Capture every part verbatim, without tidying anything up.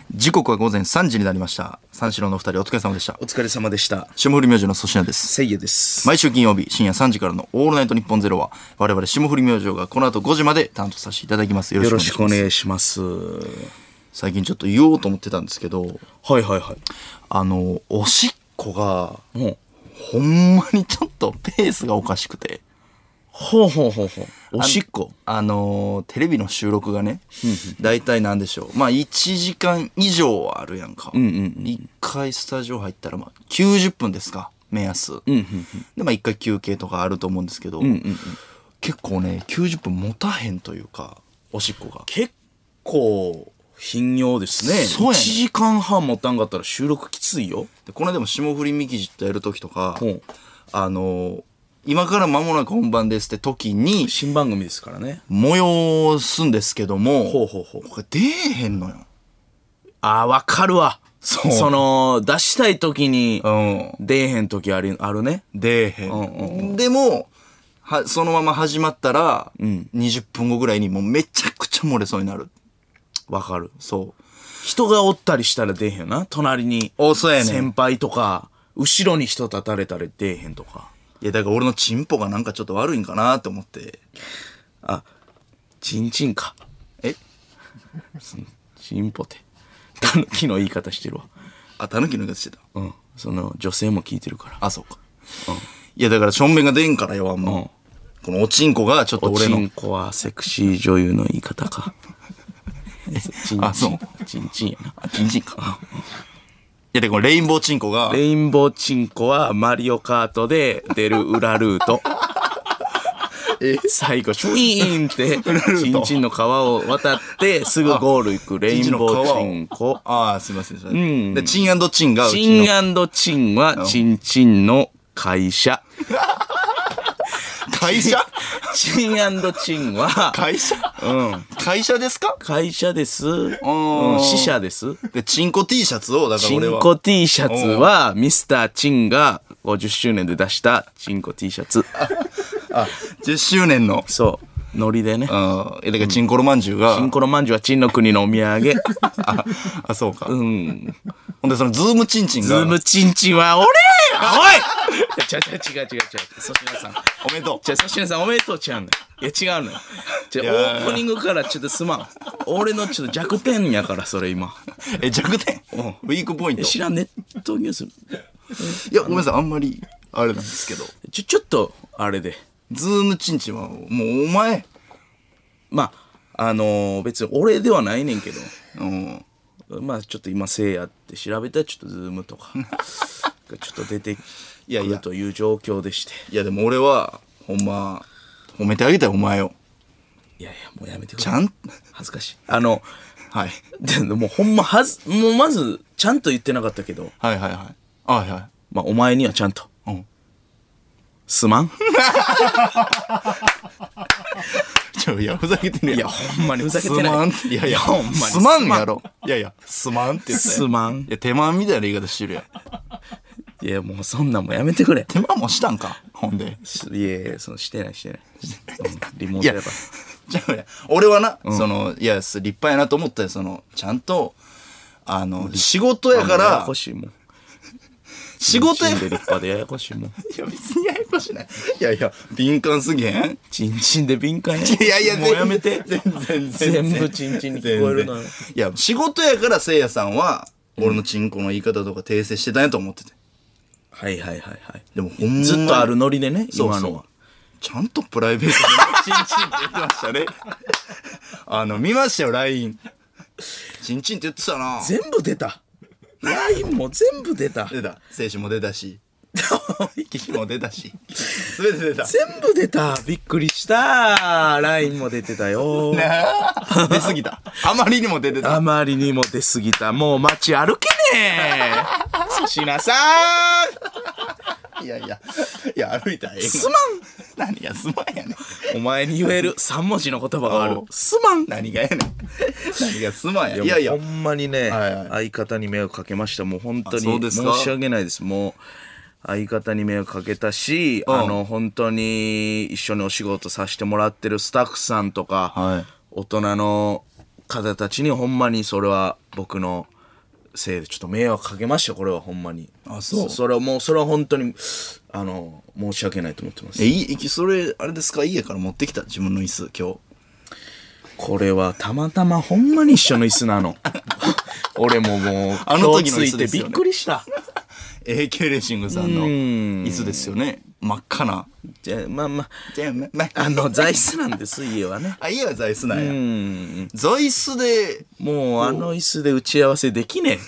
時刻は午前さんじになりました。三四郎の二人お疲れ様でした。 お疲れ様でした。 霜降り明星の粗品です。 せいやです。 毎週金曜日深夜さんじからのオールナイトニッポンゼロは我々霜降り明星がこの後ごじまで担当させていただきます。 よろしくお願いします。 最近ちょっと言おうと思ってたんですけど、 はいはいはい。 あのおしっこがほうほんまにちょっとペースがおかしくて、 ほうほうほうほう。おしっこあ、あのー、テレビの収録がね、だいたいなんでしょう、まあいちじかん以上あるやんか。 うんうんうん。 いっかいスタジオ入ったらまあきゅうじゅっぷんですか、目安。 うんうんうん。 でまあいっかい休憩とかあると思うんですけど、 うんうんうん。 結構ねきゅうじゅっぷん持たへんというか、おしっこが結構頻尿ですね。 そうやねん。 いちじかんはん持たんかったら収録きついよ。 でこの間も霜降りミキジとやる時とか、 ほう。 あのー今から間もなく本番ですって時に新番組ですからね。 催すんですけども、 ほうほうほう。 これ出えへんのよ。 あー、わかるわ。 そうその、出したい時にうん出えへん時あり、あるね。 出えへん。でもはそのまま始まったら、にじゅっぷんごぐらいにもうめちゃくちゃ漏れそうになる。 わかる。 そう人がおったりしたら出えへんよな。隣に。 おそうやねん。 先輩とか、後ろに人立たれたら出えへんとか。 いやだから俺のチンポがなんかちょっと悪いんかなと思って。 あ、チンチンか。 えチンポて。タヌキの言い方してるわ。 あ、タヌキの言い方してた。 うん。その、女性も聞いてるから。 あ、そうか。いやだから正面が出んからよ、あんま、 うんこのおチンコがちょっとお俺のチンコはセクシー女優の言い方か。チンチン。 あそうチンチンやな。 あチンチンか。いやでこのレインボーチンコがレインボーチンコはマリオカートで出る裏ルート。 え最後、シュイーンって、チンチンの川を渡って、すぐゴール行くレインボーチンコ。 ああすいません、すいません。でチン&チンがうちチのン&チンは、チンチンの会社。 会社チン&チンは、 会社うん。 会社ですか。 会社です。うんん支社です。 でチンコ T シャツをだから俺はチンコ T シャツは、ミスターチンがごじゅっしゅうねんで出したチンコ T シャツ。 あじゅっしゅうねんのそう。ノリでね。 あえだからチンコロまんじゅうが、 チンコロまんじゅうはチンの国のお土産。 ああそうか、 うん。 ほんでそのズームチンチンがズームチンチンは俺おいいや、ちゃうちゃう違う違う違う。粗品さん。 おめでとう。 じゃあ、粗品さんおめでとうちゃうのよ。いや、違うのよ。じゃあ、 いやーオープニングからちょっとすまん。俺のちょっと弱点やから、それ今。 え弱点ウィークポイント。 え知らんネットニュース。 いやごめんなさい、あんまりあれなんですけど、 ちょ、ちょっと、あれで。 ズームチンチンはもうお前、 まあ、あのー、別に俺ではないねんけど。 うんまあちょっと今せいやって調べたらちょっとズームとかがちょっと出てくいやいやるという状況でして。 いやでも俺はほんま褒めてあげたいお前を。 いやいやもうやめてくれ。 ちゃん恥ずかしい。あのはいでもうほんまはずもうまずちゃんと言ってなかったけど、 はいはいはいはいはい。 まあお前にはちゃんとうんすまん。 ちょいやふざけてるやん。 いやほんまにふざけすてない。 まんいやいやほんまにすまんやろ。いやいやすまんって言ったよ。 すまんいや手間みたいな言い方してるやん。 いやもうそんなんもやめてくれ。 手間もしたんかほんで。 いやいやそのしてないしてない。うんリモートやから。 じゃあね俺はな、そのいや立派やなと思ったよ。そのちゃんとあの仕事やかややらこしいもん。 仕事やチンチンで立派でややこしいもん。 いや別にややこしない。いやいや敏感すぎへん。 チンチンで敏感や。 いやいやもうやめて。 全然全然全部チンチンに聞こえるのよ。 いや仕事やからせいやさんは俺のチンコの言い方とか訂正してたんやと思ってて。 はいはいはいはい。 でもほんまにずっとあるノリでね、 そうそう今のは。 ちゃんとプライベートでチンチンって言ってましたね。あの見ましたよ ライン。チンチンって言ってたな。 全部出た。ラインも全部出た。 出た。精子も出たし息も出たし全て出た。 全部出た。びっくりした。ラインも出てたよ。 出すぎた。あまりにも出てた。 あまりにも出すぎた。もう街歩けねえ。粗品さいやいやいや歩いたらええん。すま何がすまんやねん。 ん。お前に言える三文字の言葉があるおう。 すまん。 何がやねん。何がすまんや。いやいやほんまにね、 はいはい相方に迷惑かけました。もう本当にあそうですか申し訳ないです。もう相方に迷惑かけたし、 うんあの本当に一緒にお仕事させてもらってるスタッフさんとか、 はい大人の方たちにほんまにそれは僕のせいでちょっと迷惑かけましたこれはほんまに。 あそうそれはもうそれは本当にあの申し訳ないと思ってます。 えいいそれあれですか、家から持ってきた自分の椅子今日。 これはたまたまほんまに一緒の椅子なの俺ももうあの時の今日ついてび椅子ですよねっくりした。 エーケー レーシングさんの椅子ですよね、真っ赤な。 じゃあまあまあじゃあままあの座椅子なんです家はね。 あ家は座椅子なんや。 うん座椅子でもうあの椅子で打ち合わせできね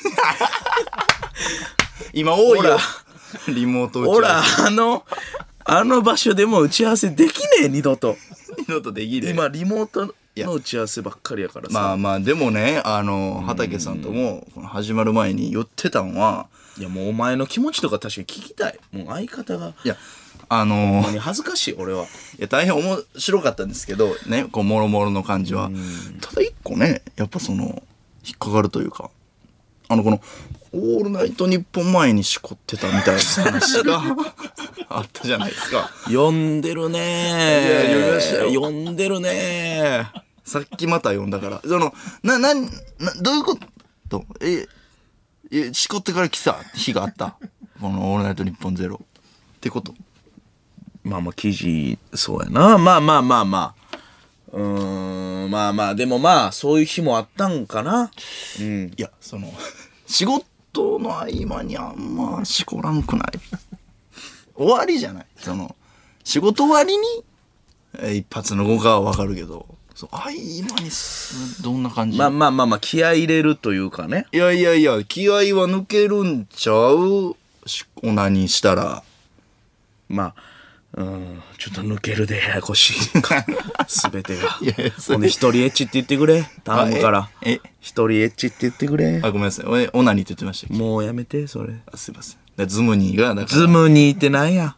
今多いよほらリモートえ。ほ打ち合わらあのあの場所でも打ち合わせできねえ二度と。 せ二度とできる。 今リモートの打ち合わせばっかりやからさ。 まあまあでもね、あの畠さんともこの始まる前に言ってたんは、 いやもうお前の気持ちとか確かに聞きたい。もう相方がいやあの何恥ずかしい俺は。 いや大変面白かったんですけどね、こうもろもろの感じは。ただ一個ねやっぱその引っかかるというか、あのこの「オールナイトニッポン」前にしこってたみたいな話があったじゃないですか。 読んでるねー。 いや読みましたよ読んでるねー。 さっきまた読んだから、そのなななどういうことええしこってから来た日があったこの「オールナイトニッポンゼロってこと。 まあまあ記事そうやな。まあまあまあまあうーんまあまあでもまあそういう日もあったんかな。うんいやその仕事の合間にあんましこらんくない終わりじゃない、その仕事終わりにえ一発の動画はわかるけど、そう合間にすどんな感じ。 まあまあまあまあ気合い入れるというかね。 いやいやいや気合は抜けるんちゃう、しオナニーしたら。 まあうんちょっと抜けるでややこしいか全てが。 いやいやそれほんで一人エッチって言ってくれ頼むから。 ええ一人エッチって言ってくれ。 あごめんなさい、おオナニーって言ってましたっけ。 もうやめてそれ。 あすいません。だズムニーがだからズムニーってなんや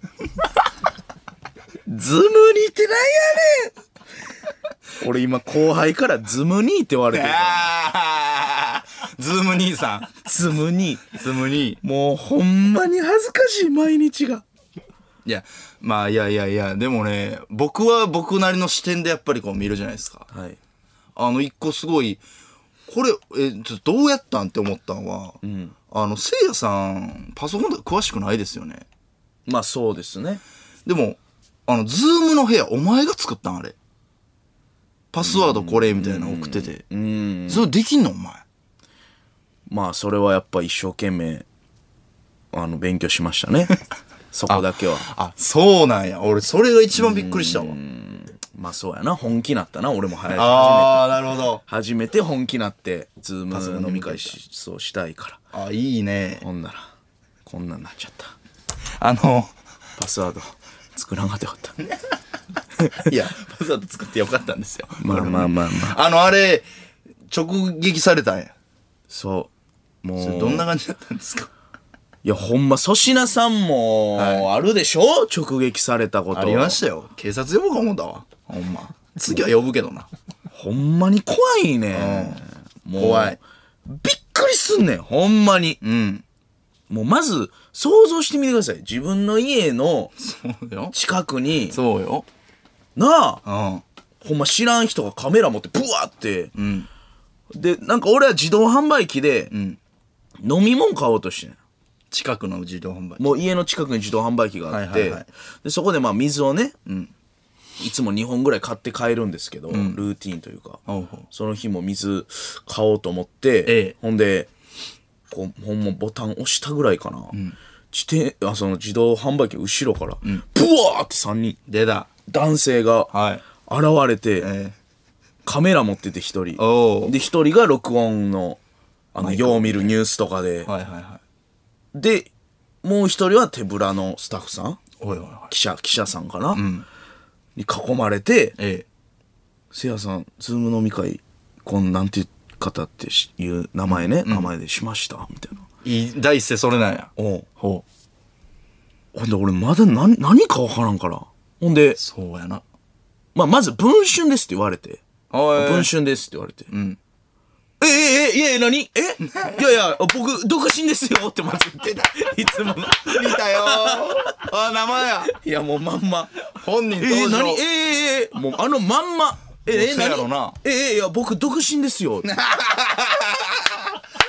ズムニーってなんやねん俺今後輩からズムニーって言われてるから。 あーズーム兄さんズムニーズム兄。 もうほんまに恥ずかしい毎日が。 いやまあいやいやいやでもね、僕は僕なりの視点でやっぱりこう見るじゃないですか。 はい。 あの一個すごいこれえちょっとどうやったんって思ったんは、 んあのせいやさんパソコンとか詳しくないですよね。 まあそうですね。 でもあのズームの部屋お前が作ったんあれ。パスワードこれみたいなの送ってて、 うんそれできんのお前。 まあそれはやっぱ一生懸命あの勉強しましたねそこだけは。 あそうなんや。俺それが一番びっくりしたわ。 まあそうやな本気なったな俺も早いああなるほど。 初めて本気なってズーソコンでム飲み会しそうしたいからあいいね。 ほんならこんなんなっちゃった。 あのパスワード作らんかったよかったいやパスワード作ってよかったんですよ。 まあまあまあまああのあれ直撃されたんや。 そうもそれうどんな感じだったんですか。 いやほんま粗品さんもはいあるでしょ、直撃されたこと。 ありましたよ。警察呼ぼうか思ったわほんま。次は呼ぶけどな。 ほんまに怖いね、もう怖い。 びっくりすんねんほんまに。 うんもうまず想像してみてください。自分の家のそうよ近くにそうよ。 なあうんほんま知らん人がカメラ持ってブワーってうんでなんか俺は自動販売機でうん飲み物買おうとしてん。 近くの自動販売機。 もう家の近くに自動販売機があって、 はいはいはいでそこでまあ水をねうんいつもにほんぐらい買って帰るんですけど、ルーティーンというかほうほうその日も水買おうと思って、 ええほんでこうほんまボタン押したぐらいかな、自転あその自動販売機後ろから、ブワーってさんにん出た。 男性がはい現れて、 えカメラ持っててひとりー、おおでひとりが録音のあのよう見るニュースとかで、 はいはいはい。 でもうひとりは手ぶらのスタッフさんおいおいおい。 記者記者さんかな、 んに囲まれてえ 「せいやさんズーム飲み会このなんていう方っていう名前ね、名前でしました」みたいな。 えいい第一声それなんや。 おうほうほんで俺まだ何何か分からんからほんで、 そうやな。 まあ、まず「文春です」って言われて「 おい文春です」って言われて「 んええええいやいや何えいやいや僕独身ですよ」ってまず言ってたいつもの見たよー。あ名前や。 いやもうまんま本人ええ登場。 何ええええもうあのまんまええそうやろ何なええいや僕独身ですよ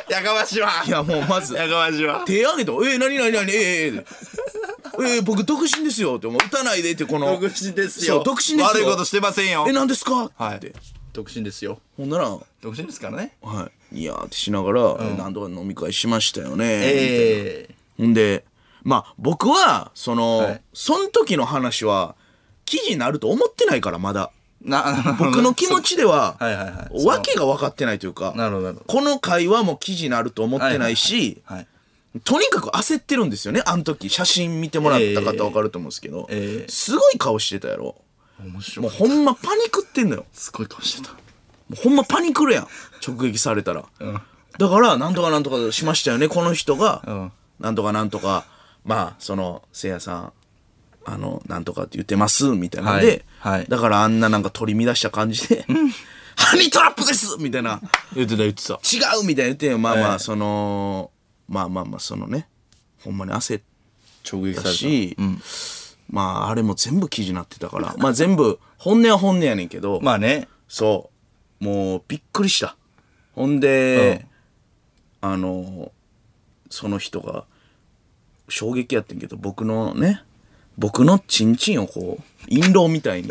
やかましいわ。 いやもうまずやかましいわ。 手挙げて「えー、何何何えー、えー、えー、僕独身ですよ」って「もう打たないで」ってこの独身ですよ。 そう独身ですよ悪いことしてませんよ。 え何ですか?」 はいって、 独身ですよ。 ほんなら「 独身ですからね。 はい、いやー」ってしながら、何度か飲み会しましたよね、 ええほんでまあ僕はその、 はいそん時の話は記事になると思ってないからまだな、 僕の気持ちでははいはいはいわけが分かってないというか、 なるほどなるほど。 この会話も記事になると思ってないし、 はい。 とにかく焦ってるんですよね。あの時写真見てもらった方分かると思うんですけど、 ええすごい顔してたやろ。 面白い。 もうほんまパニクってんのよ。 すごい顔してた。 もうほんまパニクるやん、直撃されたら、 うん。 だからなんとかなんとかしましたよねこの人が、 うんなんとかなんとかまあそのせいやさんあのなんとかって言ってますみたいなんで、 はいはいだからあんななんか取り乱した感じで「ハニートラップです!」みたいな言ってた言ってた。 「違う!」みたいな言ってまあまええあその、まあまあまあそのねほんまに焦っ直撃された。 たし、 うん。 まああれも全部記事になってたからまあ全部本音は本音やねんけど、 まあね。 そうもうびっくりしたほんで、あのその人が衝撃やってんけど僕のね僕のチンチンをこう印籠みたいに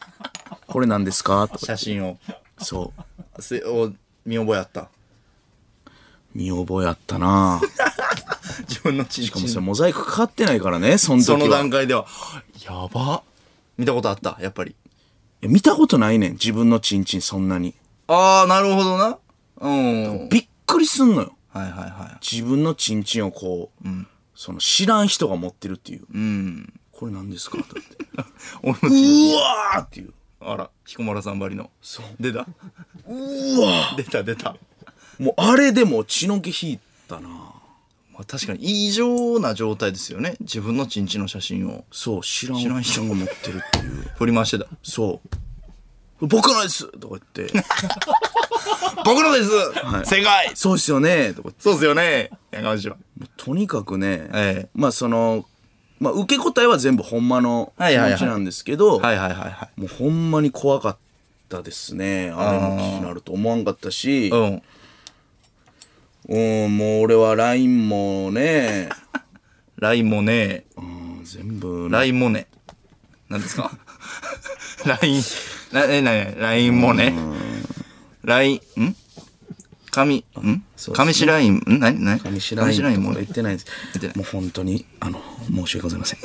「これ何ですか?」とか写真を。 そうせを見覚えあった。 見覚えあったな自分のチンチン。 しかもそれモザイクかかってないからねその時はその段階では、やば。見たことあった、やっぱり。 いや見たことないねん自分のチンチンそんなにああ、なるほどな。うん。 びっくりすんのよはいはいは自分のチンチンをこう、その知らん人が持ってるっていうい。うん。 これ何ですかと思って俺のチンチン。 うわーっていうあら、彦摩呂さんばりの。 そう出たうわ出た出た。 もうあれでも血の気引いたなまあ、確かに異常な状態ですよね。自分のチンチンの写真をそう知らん知らん人が持ってるっていう振り回してた。 そう僕のですとか言って僕のです、 い正解そうですよねとか言ってそうですよね。やかましいわ。 とにかくね、 ええまあそのまあ受け答えは全部ほんまの気はいはいはい持ちなんですけど、 はいはいはいはい。 もうほんまに怖かったですねあれも気になると思わんかったしうん。 うんもう俺は ライン もね、 ラインもね、 うん、全部ラインもね。何ですかライン、な、え、なに、ラインもね。ライン、ん紙、んそうですね紙しライン、んなになに上白石ラインとかもね言ってないです言ってないもう本当にあの申し訳ございません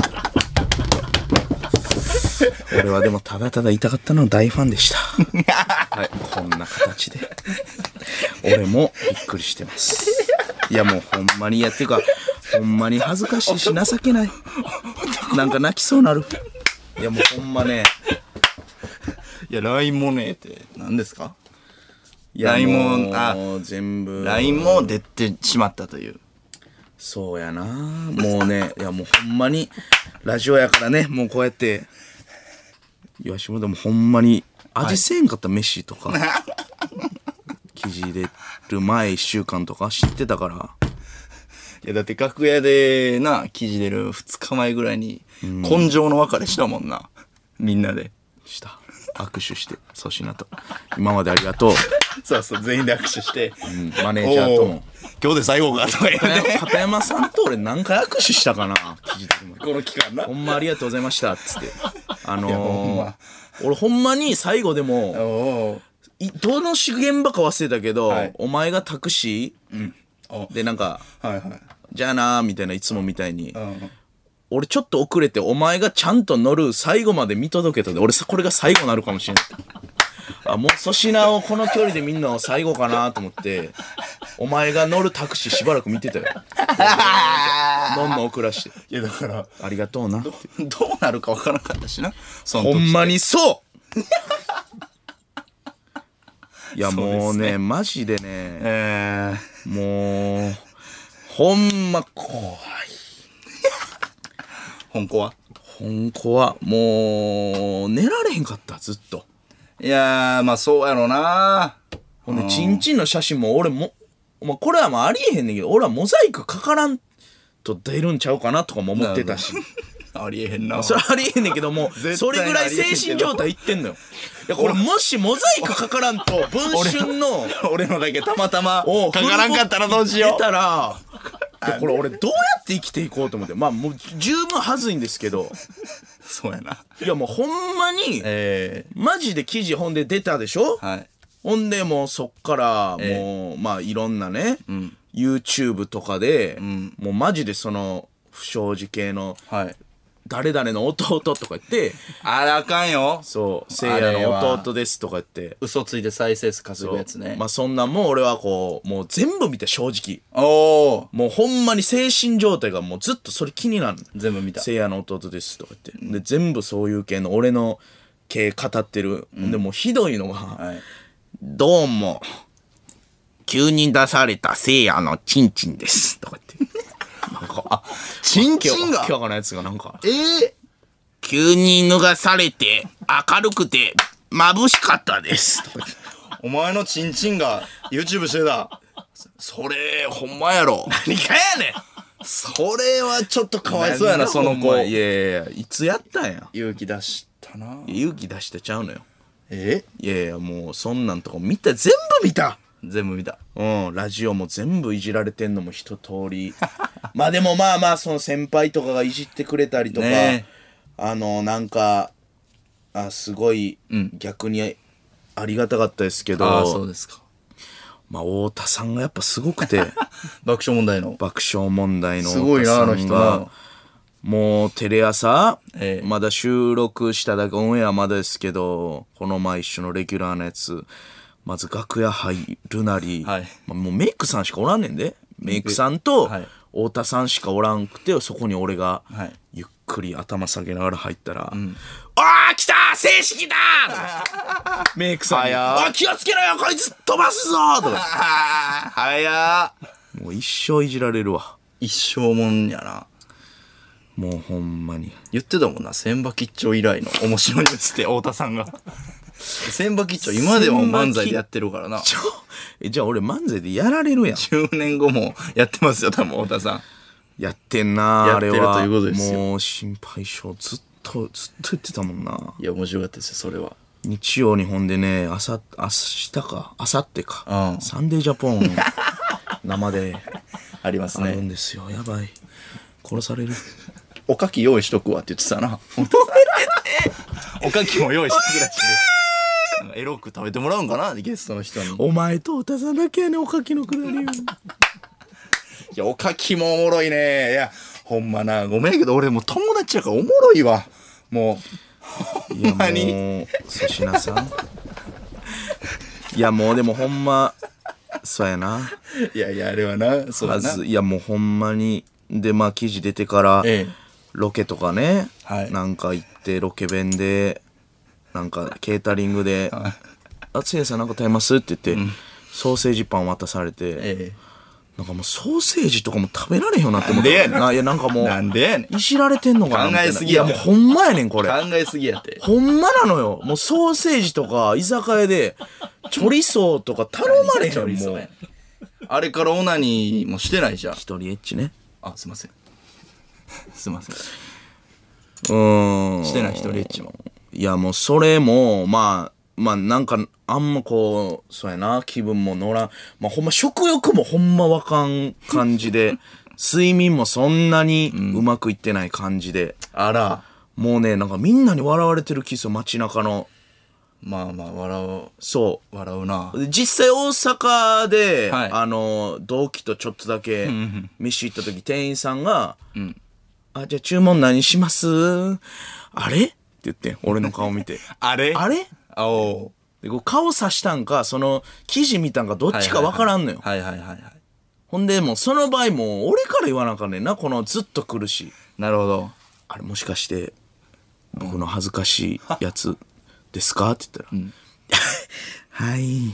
俺はでもただただ痛かったの大ファンでしたはいこんな形で俺もびっくりしてますいやもうほんまにいやっていうかほんまに恥ずかしいし情けないなんか泣きそうなるいやもうほんまねいや、ラインもねって何ですかいやラインももうあ全部ライン も出てしまったという。 そうやなもうねいやもうほんまにラジオやからねもうこうやっていやしもでもほんまに味せんかった飯とか、記事入れる前いっしゅうかんとか知ってたからいや、だって楽屋でな、記事出るふつかまえぐらいに、根性の別れしたもんな。みんなで。 した握手して粗品と今までありがとう、 そうそう、全員で握手して。 うん、マネージャーとおも今日で最後かとか言って。 片山さんと俺何回握手したかな記事出る前この期間な。 ほんまありがとうございましたっつってあのー、 ほんま俺ほんまに最後でもおお。 いどの現場か忘れたけど、 はいお前がタクシおーでなんかはいはい。 じゃあなーみたいないつもみたいに、 うん。 俺ちょっと遅れてお前がちゃんと乗る最後まで見届けたで俺さこれが最後になるかもしれないあもう粗品をこの距離で見んの最後かなと思ってお前が乗るタクシーしばらく見てたよどんどん遅らしていや、だから、 ありがとうなってどうなるかわからなかったしな。その時ほんまにそういやそうですねもうねマジでねえもうほんま怖いー、本校はほんこはもう寝られへんかったずっといやー、まあそうやろな。 ほんでチンチンの写真も俺も、まあ、これはまあありえへんねんけど俺はモザイクかからんと出るんちゃうかなとかも思ってたしありえへんな。 それありえへんねんけども、 絶対それぐらい精神状態いってんのよ。いや、これもしモザイクかからんと、文春の、 俺のだけたまたまおかからんかったらどうしよ出たら、いやこれ俺どうやって生きていこうと思って。まあもう十分はずいんですけど。 う。そうやな。 いやもうほんまに、 えマジで記事ほんで出たでしょ、 ー、はい。 ほんでもうそっからもう、 えまあいろんなね、 ん YouTube とかで、 んもうマジでその不祥事系のはい。 誰々の弟とか言って、 あれあかんよ。 そう、せいやの弟ですとか言って、 嘘ついて再生数稼ぐやつね。 まあそんなんも俺はこう、もう全部見て正直。 おー。 もうほんまに精神状態がもうずっとそれ気になる。 全部見た。 せいやの弟ですとか言って。で、全部そういう系の俺の系語ってる。でもうひどいのが、 はい。 どうも、急に出されたせいやのチンチンですとか言って。なんか、あ、 チンチンが今日今日のやつがなんか、 えー、 急に脱がされて明るくて眩しかったですとか言って。 お前のチンチンが YouTube してた。それ、ほんまやろ。 何かやねん。 それはちょっとかわいそうやな、その子。 いやいやいや、いつやったんや。 勇気出したな。 勇気出してちゃうのよ。 えいやいや、もうそんなんとか見た、全部見た。 全部見た。 うん、ラジオも全部いじられてんのも一通り。まあでもまあまあ、その先輩とかがいじってくれたりとか、 ねあの、なんか、あすごい、 ん逆にありがたかったですけど、 ああ、そうですか。 まあ太田さんがやっぱすごくて、 爆笑問題の。 爆笑問題のすごいな、あの人な。 もうテレ朝、 ええまだ収録しただけ、オンエアまだですけど、この前一緒のレギュラーのやつ、まず楽屋入るなり、 はいまあもうメイクさんしかおらんねんで。メイクさんとはい太田さんしかおらんくて、そこに俺がはいゆっくり頭下げながら入ったら、おー来た正式だメイクさんに、 早おい気をつけろよこいつ飛ばすぞとか。 ああ、早っ。 もう一生いじられるわ。 一生もんやな。 もうほんまに。 言ってたもんな、千葉吉兆以来の面白いやつって、太田さんが。千葉吉兆、今でも漫才でやってるからな。 ちょえじゃあ俺漫才でやられるやん。 じゅうねんごもやってますよ、多分太田さん。 やってんなあれは。 やってるということですよもう心配性ずっとずっと言ってたもんな。 いや、面白かったですよ、それは。 日曜にほんでね、朝、明日か、明後日か、 うんサンデージャポン生でありますあるんね。 ですよ。やばい。殺される。 おかき用意しとくわって言ってたな。おかきも用意してくれし。なんかエロく食べてもらうんかな、ゲストの人に。いお前と太田さんだけやねん、おかきのくだりよ。 や、おかきもおもろいね。いや、ほんまな、ごめんやけど俺もう友達やからおもろいわ。もう、 いやほんまに。 もう、粗品さん。いやもうでもほんま、そうやな。 いやいや、あれはな、そうだな。 まず、いやもうほんまに。で、まあ記事出てから、 ええ。 ロケとかね、 はいなんか行ってロケ弁でなんかケータリングで「あつやさんなんか食べます?」って言って、ソーセージパン渡されて、 ええ。 なんかもうソーセージとかも食べられへんようになってもなんでやねんないやなんかもうなんでやねん。 いじられてんのかなみたいな。 考えすぎやいやもうほんまやねんこれ。 考えすぎやって。 ほんまなのよ。もうソーセージとか居酒屋でチョリソーとか頼まれへんもう。 あれからオナニーもしてないじゃん。 一人エッチね。 あ、すいません。すいません。 うーん。 してない一人エッチも。 いやもうそれもまあまあなんかあんまこうそうやな気分も乗らん、まあほんま食欲もほんまわかん感じで睡眠もそんなにうまくいってない感じで、 あら。 もうねなんかみんなに笑われてる気すよ街中の。 まあまあ、笑う、 そ笑うな。 うで実際大阪で、 はいあの同期とちょっとだけ飯行った時店員さんがん 「あじゃあ注文何します?」あれって言って俺の顔見てあれあれあおでこう顔さしたんかその記事見たんかどっちかわからんのよ。 はいはいはいはい。 ほんでもうその場合もう俺から言わなあかんねんなこのずっと来るしなるほど。 あれもしかして僕の恥ずかしいやつですかって言ったら「はい」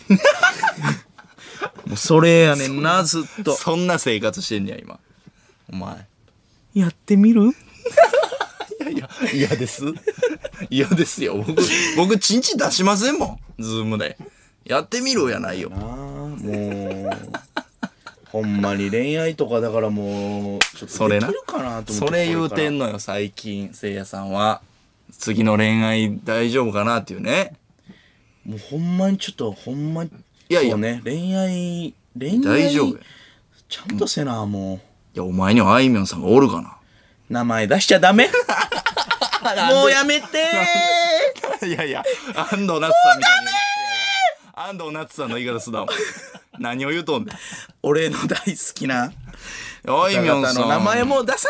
もうそれやねんなずっとそんな生活してんねや、今。お前。 やってみるいや、嫌です。嫌ですよ。僕、僕、チンチン出しませんもん。ズームで。やってみろやないよ。 ああもうほんまに恋愛とかだからもうちょっとできるかなと思ってそれ言うてんのよ最近せいやさんは。次の恋愛大丈夫かなっていうね。 もうほんまにちょっとほんまにいやいやそうね恋愛恋愛大丈夫や。 ちゃんとせなもういやお前にはあいみょんさんがおるかな。 名前出しちゃダメもうやめてーいやいや安藤夏さんみたいな安藤夏さんの言い方すなもん。何を言うとんねん。 俺の大好きなあいみょんさん方々の名前も出さ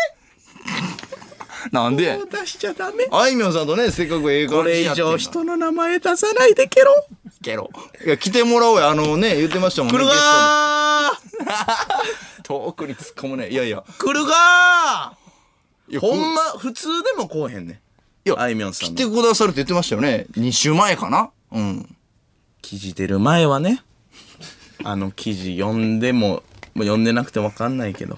なんでないでもう出しちゃダメあいみょんさんとねせっかくええこ感じれ以上やってんの人の名前出さないでケロケロいや来てもらおうや。あのね言ってましたもんね来るがゲストで遠くに突っ込むね。いやいやー来るがいやーほんま普通でも来おへんねいやあいみょんさんの来てくださるって言ってましたよね。に週前かな。うん記事出る前はねあの記事読んでももう読んでなくて分かんないけど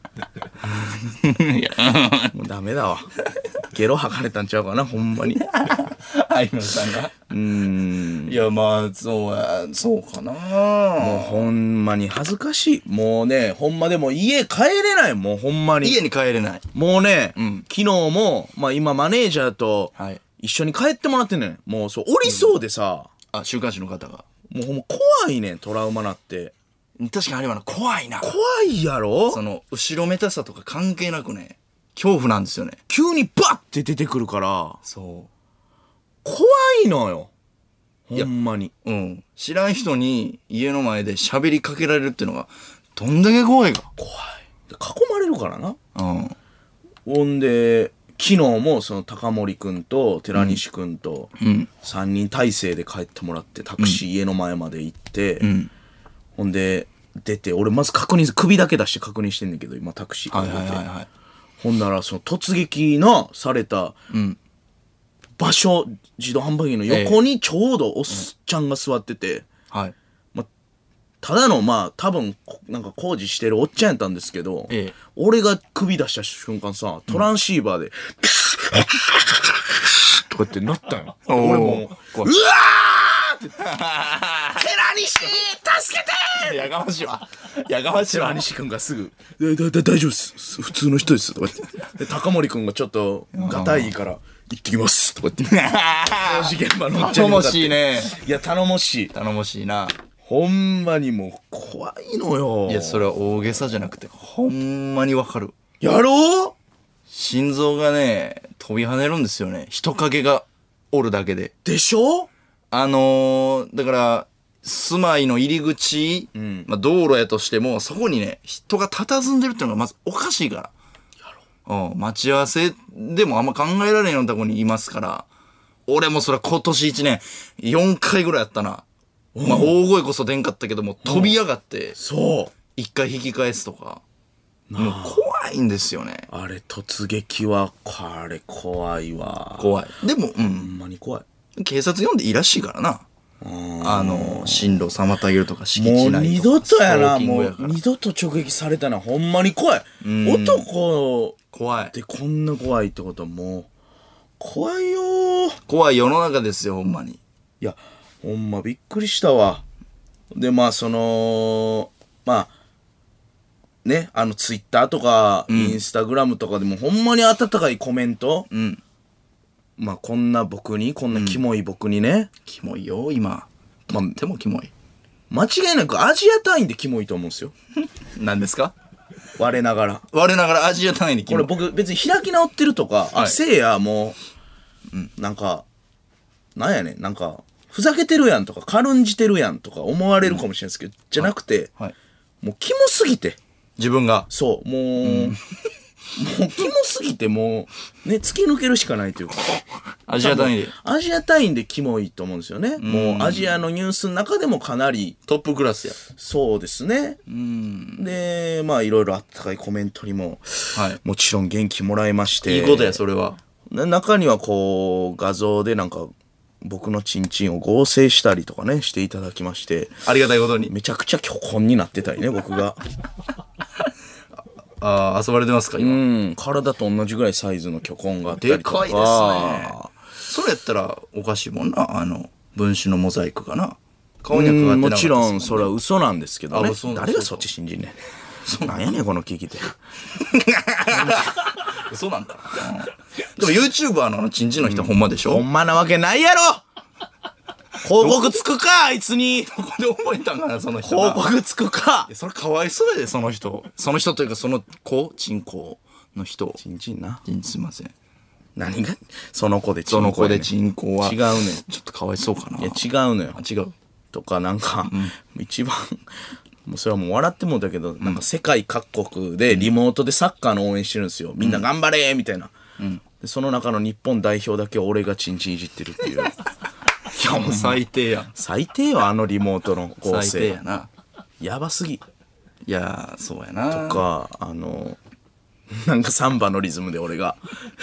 もうダメだわゲロ吐かれたんちゃうかなほんまにあいみょんさんがうーんいやまあそうやそうかな。 もうほんまに恥ずかしいもうねほんまでも家帰れないもうほんまに家に帰れない。 もうね、 ん昨日もまあ今マネージャーとはい一緒に帰ってもらってんねんもうそうおりそうでさ、 あ週刊誌の方がもうほんま怖いねんトラウマなって確かにあれはな怖いな。 怖いやろその後ろめたさとか関係なくね恐怖なんですよね。 急にバッて出てくるからそ怖いのよほんまにううん知らん人に家の前で喋りかけられるっていうのがどんだけ怖いか。 怖いで囲まれるからなうんほんで昨日もその高森くんと寺西くんとんさんにん体制で帰ってもらってタクシー家の前まで行って、 んほんで出て俺まず確認首だけ出して確認してんねんけど今タクシーから出て、 はいはいはいはいほんならその突撃のされたうん場所自動販売機の横にちょうどおっちゃんが座ってて、 はいただのまあ多分こなんか工事してるおっちゃんやったんですけど、 ええ俺が首出した瞬間さトランシーバーで、とかってなったよおー俺もう怖いうわーって寺西助けてやがましいわやがましいわ寺西くんがすぐ「だだだ大丈夫です普通の人です」とか言ってで高森くんがちょっとがたいいから「行ってきます」とか言って工事現場のおっちゃ頼もんに向かってしいねいや頼もしい頼もしいな。 ほんまにもう怖いのよいやそれは大げさじゃなくてほんまにわかる。 やろう心臓がね飛び跳ねるんですよね人影がおるだけで。 でしょあのー、だから住まいの入り口、 んまあ、道路やとしてもそこにね人が佇んでるっていうのがまずおかしいから。うん、待ち合わせでもあんま考えられんようなとこにいますから。俺もそれ今年いちねんよんかいぐらいやったな。まあ大声こそ出んかったけども飛び上がってそう一回引き返すとかもう怖いんですよね。 あれ突撃はあれ怖いわ怖い。でも、うほん、 んまに怖い警察呼んでいいらしいからな。あの進路妨げるとか敷地もう内二度とやなストーキンもうグやから二度と直撃されたのはほんまに怖いん男怖いってこんな怖いってことはもう怖いよー怖い世の中ですよほんまに。 いやほんまびっくりしたわでまあそのまあねあのツイッターとかインスタグラムとかでもほんまに温かいコメント、 うんまあこんな僕にこんなキモい僕にね、 キモいよ今とってもキモい。 間違いなくアジア単位でキモいと思うんですよ何ですか。 我ながら我ながらアジア単位でキこれモい。 僕別に開き直ってるとか、あはいせいやもう、なんかなんやねんなんかふざけてるやんとか軽んじてるやんとか思われるかもしれないですけど、じゃなくて、 はいもうキモすぎて自分がそうもう、もうキモすぎてもうね突き抜けるしかないというかアジア単位でアジア単位でキモいと思うんですよね、もうアジアのニュースの中でもかなりトップクラスや。 そうですねうんでまあいろいろあったかいコメントにもはいもちろん元気もらいましていいことやそれは。 な中にはこう画像でなんか僕のチンチンを合成したりとかねしていただきましてありがたいことに。 めちゃくちゃ巨根になってたりね僕がああ遊ばれてますかう今。 ん体と同じぐらいサイズの巨根があったりとかでかいですね。それやったらおかしいもんなあの分子のモザイクがな。 顔にはかかってなかったもちですもんねろんそれは嘘なんですけどねあ嘘。 誰がそっち信じんねん。そうなんやねんこの聞き手。 嘘なんかな、うんでも YouTuber のあのチンチンの人はほんまでしょ、 ほんまなわけないやろ。広告つくかあいつに。 ここで覚えたんかなその人広が告つくか。 いやそれかわいそうやでその人その人というかその子チンコの人チンチンな。 チンすいません何がその子でチその子でンコやねん。 チンコは違うねん。 ちょっとかわいそうかないや違うのよあ。違うとかなんか、一番もうそれはもう笑ってもうたけど、なんか世界各国でリモートでサッカーの応援してるんですよ。みんな頑張れーみたいな、でその中の日本代表だけ俺がチンチンいじってるっていう。 いやもう最低やん最低よあのリモートの構最低成やなやばすぎ。 いやーそうやなかあのなんかサンバのリズムで俺が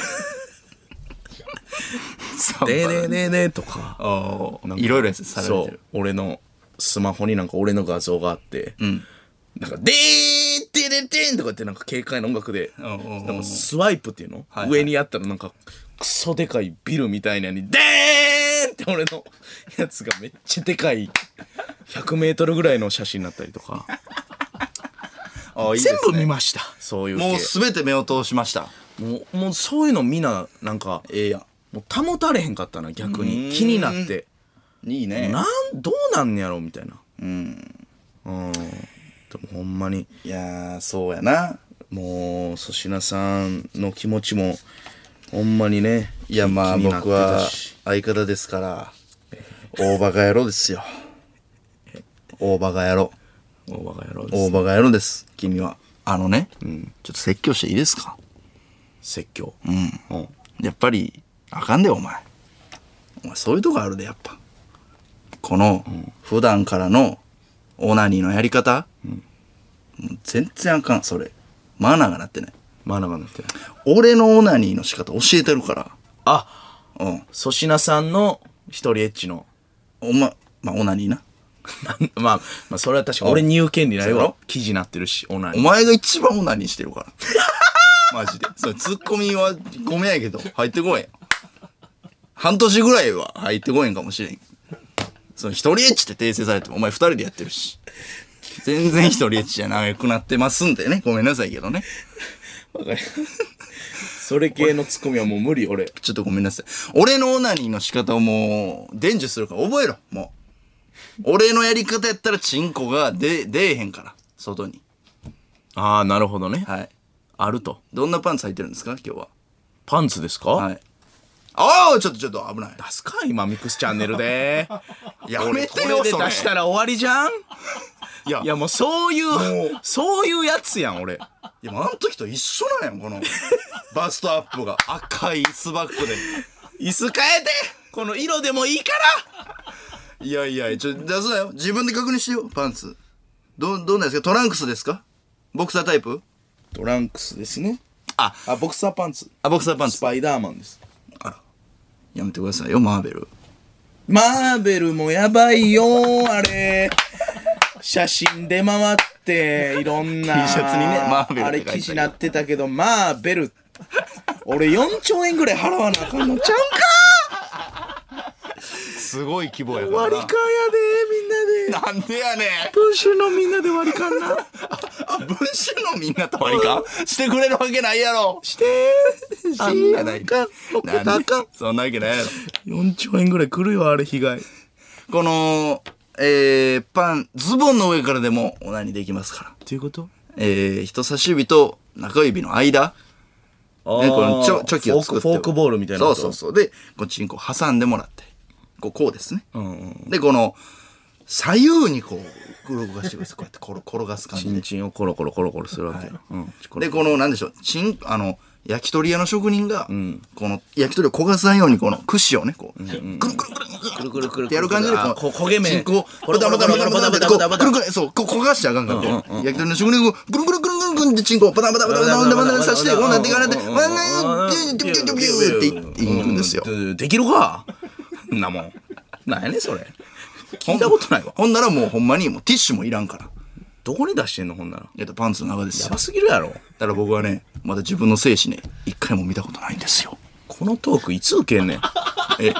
「でーでーでーでー」とかあなんかいろいろやつされてそうる俺のスマホになんか俺の画像があって、なんか「でーってれてん」とかってなんか軽快な音楽でんうんうんなんかスワイプっていうの、 はいはい上にやったらなんかクソでかいビルみたいなのに「でーん!」って俺のやつがめっちゃでかいひゃくメートルぐらいの写真になったりとかあいいですね全部見ました。そういう系もうすべて目を通しましたもうもうそういうのみんななんかええやもう保たれへんかったな逆に気になってんいいねなんどうなんねやろみたいな。 うんうんでもほんまにいやーそうやなもう粗品さんの気持ちもほんまにねいやまあ気になって僕はたし相方ですから大バカ野郎ですよ大バカ野郎大バカ野郎です大バカ野郎です君はあのね、ちょっと説教していいですか説教。 うんうんやっぱりあかんでお前お前そういうとこあるでやっぱこの、普段からのオナニーのやり方、もう全然あかんそれマナーがなってないマナーがなってない。 俺のオナニーの仕方教えてるからあうん粗品さんの一人エッチのお前まあオナニーなまあまあそれは確かに俺に言う権利ないわそうやろ。 記事なってるしオナニおー前が一番オナニーしてるからマジでそれツッコミはごめんやけど入ってこいや半年ぐらいは入ってこいんかもしれんその一人エッチって訂正されてもお前二人でやってるし全然一人エッチじゃなくなってますんでねごめんなさいけどねわかりそれ系のツッコミはもう無理俺。 ちょっとごめんなさい俺のオナニーの仕方をもう伝授するから覚えろもう俺のやり方やったらチンコが出出えへんから外にああなるほどね。 はいあると。 どんなパンツ履いてるんですか今日はパンツですか。 はいああちょっとちょっと危ない出すか今ミックスチャンネルでやめてこれでよそれ出したら終わりじゃん。 いやいやもうそういうそういうやつやん俺。 いやもうあの時と一緒なんやんこのバストアップが赤いスバックで椅子変えてこの色でもいいからいやいやちょ出すなよ自分で確認してよパンツどどんなんですかトランクスですかボクサータイプトランクスですね。 ああボクサーパンツあボクサーパンツスパイダーマンです。 あらやめてくださいよマーベルマーベルもやばいよーあれ写真出回っていろんな T シャツにねマーベルって書いてあるあれ記事なってたけどマーベル俺よんちょうえんぐらい払わなあかんのちゃうんか。 すごい規模やからな割り勘やでみんなでなんでやねん文集のみんなで割り勘なあ文集のみんなと割り勘してくれるわけないやろしてーあんなないかロケなんでたかんそんなわけないやろよんちょうえんぐらい来るよあれ被害。 このえー、パンズボンの上からでもオナニーできますからっていうことえー、人差し指と中指の間ね、このチョチョキを作ってフォークフォークボールみたいなそうそうそうでこっちにこう挟んでもらってこうこうですね、 うんうんでこの左右にこう動かしてくださいこうやって転転がす感チじでンチンをコロコロコロコロするわけよ、うんでこのなんでしょうチンあの焼き鳥屋の職人が、この焼き鳥を焦がさんようにこの串をねこう、くるくるくるくるくるくるくるってやる感じであこ焦げ目チンコをポタポタポタポタポタポタポタポタくるくるそうこう焦がしちゃあかんからこう焼き鳥の職人がくるくるくるくるくるってチンコをパタパタパタパタパタパタさしてこうなっていかなってピューピューピューピューっていくんですよでできるかそんなもんなんやねんそれ聞いたことないわ。 ほんならもうほんまにもうティッシュもいらんからどこに出してんのほんなら。 えっとパンツの中ですよやばすぎるやろ。 だから僕はねまだ自分の精子ね一回も見たことないんですよこのトークいつ受けんねん。 え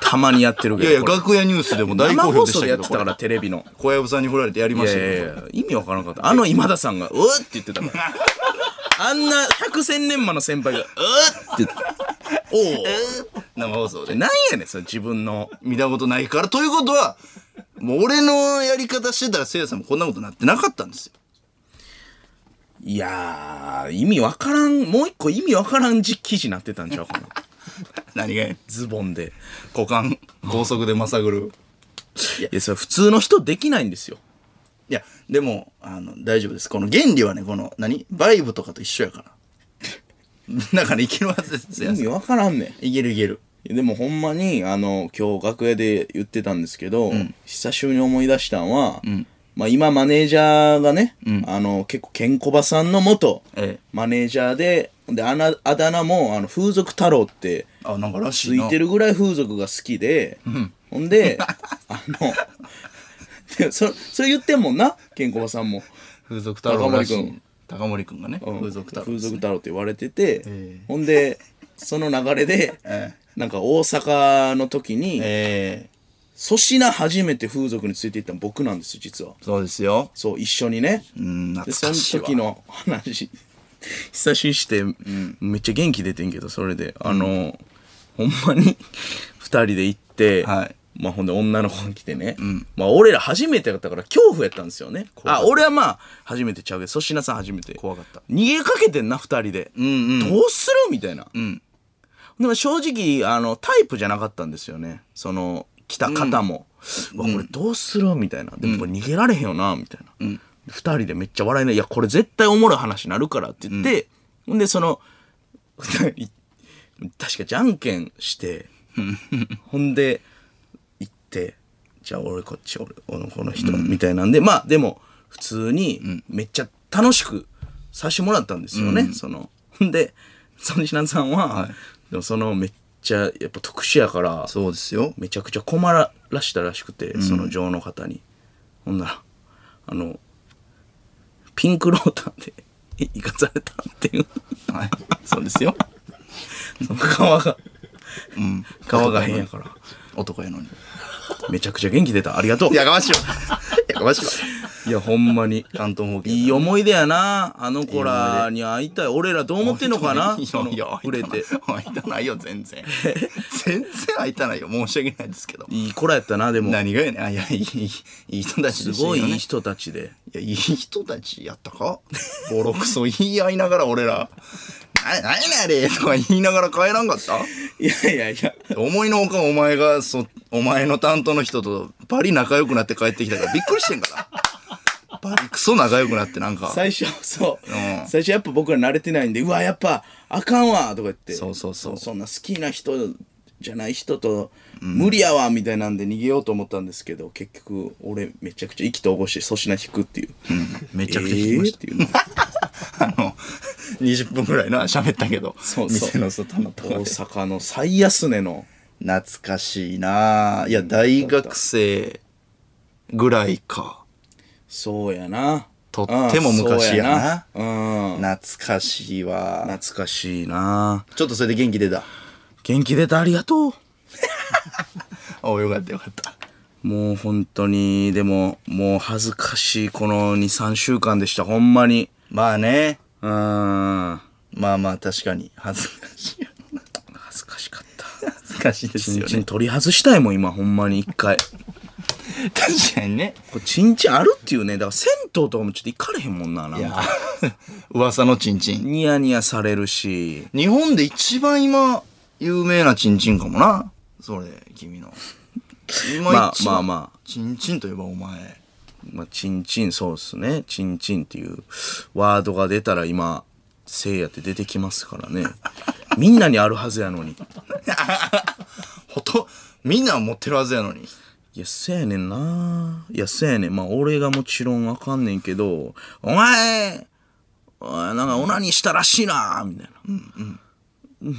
たまにやってるけど。 いやいや、楽屋ニュースでも大好生放送評でしたけど。 でやってたから、テレビの。 小籔さんに振られてやりまいしたけど。 やいやいや、意味わからなかった。あの今田さんが、うーって言ってたから。あんな百戦錬磨の先輩が、うーって言って、おお。 生放送で。 なんやねん、それ自分の。 見たことないから。ということは、もう俺のやり方してたら、せいやさんもこんなことなってなかったんですよ。 いやー、意味わからん、もう一個意味わからん記事になってたんちゃうかな。 何がズボンで。 股間、高速でまさぐる。 いや、それ普通の人できないんですよ。 いや、でも、あの、大丈夫です。この原理はね、この、何バイブとかと一緒やから。だからいけるはずですよ。 意味わからんねん。 いけるいける。 でもほんまに、あの、今日楽屋で言ってたんですけど、久しぶりに思い出したんは、まあ今マネージャーがね、あの、結構ケンコバさんの元、 ええマネージャーで、で、あな、あだ名も、あの、風俗太郎って、 あ、なんからしいな。 ついてるぐらい風俗が好きで、ほんで、あの、でそそれ言ってんもんな、ケンコバさんも。 風俗太郎らしい。 高森君高森君がね、風俗太郎。 風俗太郎って言われてて、 ええほんで、その流れで、 えなんか大阪の時に、 ええ粗品初めて風俗についていったの僕なんですよ、実は。 そうですよ。 そう、一緒にね。 うん、 で、その懐かしいわ。 時の話、久しぶりして、めっちゃ元気出てんけど、それで、あの、ほんまに二人で行って、 はいまあほんで女の子が来てね、まあ俺ら初めてだったから恐怖やったんですよね。あ、俺はまあ初めてちゃうけど、粗品さん初めて。 怖かった。 逃げかけてんな、二人で。 うんうん。 どうするみたいな。 んでも正直、あの、タイプじゃなかったんですよね。その、来た方も。うわ、これどうするみたいな。でもこれ逃げられへんよな、みたいな。二人でめっちゃ笑いな、いや、これ絶対おもろい話になるからって言って、ほんで、その、二人、確かじゃんけんして、ほんで、行って、じゃあ俺こっち、俺、俺この人、みたいなんで、まあ、でも、普通に、めっちゃ楽しくさせてもらったんですよね、その。ほんで、粗品さんは、でもその、めっちゃ、やっぱ特殊やから、 そうですよ。 めちゃくちゃ困らしたらしくて、その女の方に。ほんなら、あの、ピンクローターで行かされたっていう。 はい。そうですよ。 その顔が、うん、顔が変やから。 男やのに。 めちゃくちゃ元気出た。ありがとう。 やかましいわ。やかましいわ。 いや、ほんまに。 関東方形。 いい思い出やな。あの子らに会いたい。俺らどう思ってんのかないやいや、 触れて。 会いたないよ、全然。全然会いたないよ。申し訳ないですけど。 いい子らやったな、でも。 何がやねん。あ、いや、いい、いい人たちですごいいい人たちで。 いや、いい人たちやったかボロクソ言い合いながら俺ら、な、なやねんあれとか言いながら帰らんかったいやいやいや。 思いのほかお前が、そ、お前の担当の人とバリ仲良くなって帰ってきたからびっくりしてんから。バリクソ仲良くなってなんか。 最初、そう。 うん最初やっぱ僕ら慣れてないんで、うわ、やっぱ、あかんわとか言って。 そうそうそうそんな好きな人じゃない人と、無理やわみたいなんで逃げようと思ったんですけど、結局、俺めちゃくちゃ意気投合して粗品引くっていう。 めちゃくちゃ聞きました。 えーっていうの。 あの、にじゅっぷんぐらいな、喋ったけど。 そうそう店の外のとこ大で。 阪の最安値の。 懐かしいなぁ。いや、大学生ぐらいか。 そうやな。 とっても昔やなうん。そうやなうん。 懐かしいわ。 懐かしいな。 ちょっとそれで元気出た。 元気出た、ありがとう。 お、よかったよかった。 もう本当に、でも、もう恥ずかしいこのに、さんしゅうかんでした、ほんまに。 まあね。 うーん。 まあまあ確かに恥ずかしい。 恥ずかしかった。 恥ずかしいですチンチンよね。 取り外したいもん、今、ほんまに一回。 確かにね。 これチンチンあるっていうね、だから銭湯とかもちょっと行かれへんもんな、なんいやか。、 噂のチンチン。 ニヤニヤされるし。 日本で一番今、有名なチンチンかもな。それ、君の。今まあ一番まあまあ。 チンチンといえばお前。 まあ、チンチン、そうっすね。チンチンっていうワードが出たら今、せいやって出てきますからね。みんなにあるはずやのに。 ほと、みんな持ってるはずやのに。 いや、せやねんな。いや、せやねん。まあ、俺がもちろんあかんねんけど、お前、お前なんかオナニーしたらしいな、みたいな。うんうん。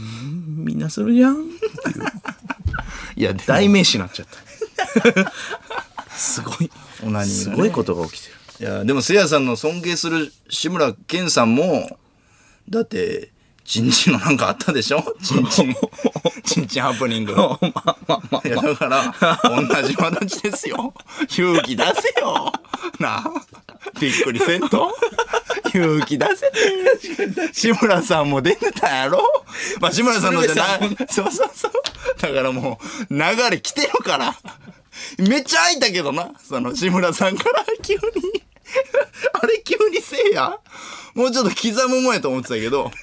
みんなするじゃんっていういや、でも代名詞になっちゃった。すごい。 オナニーがねすごいことが起きてる。 いや、でもせいやさんの尊敬する志村けんさんも、だって、 ちんちんのなんかあったでしょちんちん。ちんちんハプニング。まあまあまあ。いや、だから、同じ形ですよ。勇気出せよ。なあ。びっくりせんと。勇気出せて。志村さんも出てたやろ。まあ、志村さんのじゃない。そうそうそう。だからもう、流れ来てるから。めっちゃ開いたけどな。その、志村さんから急に。あれ急にせえや。もうちょっと刻むもんやと思ってたけど。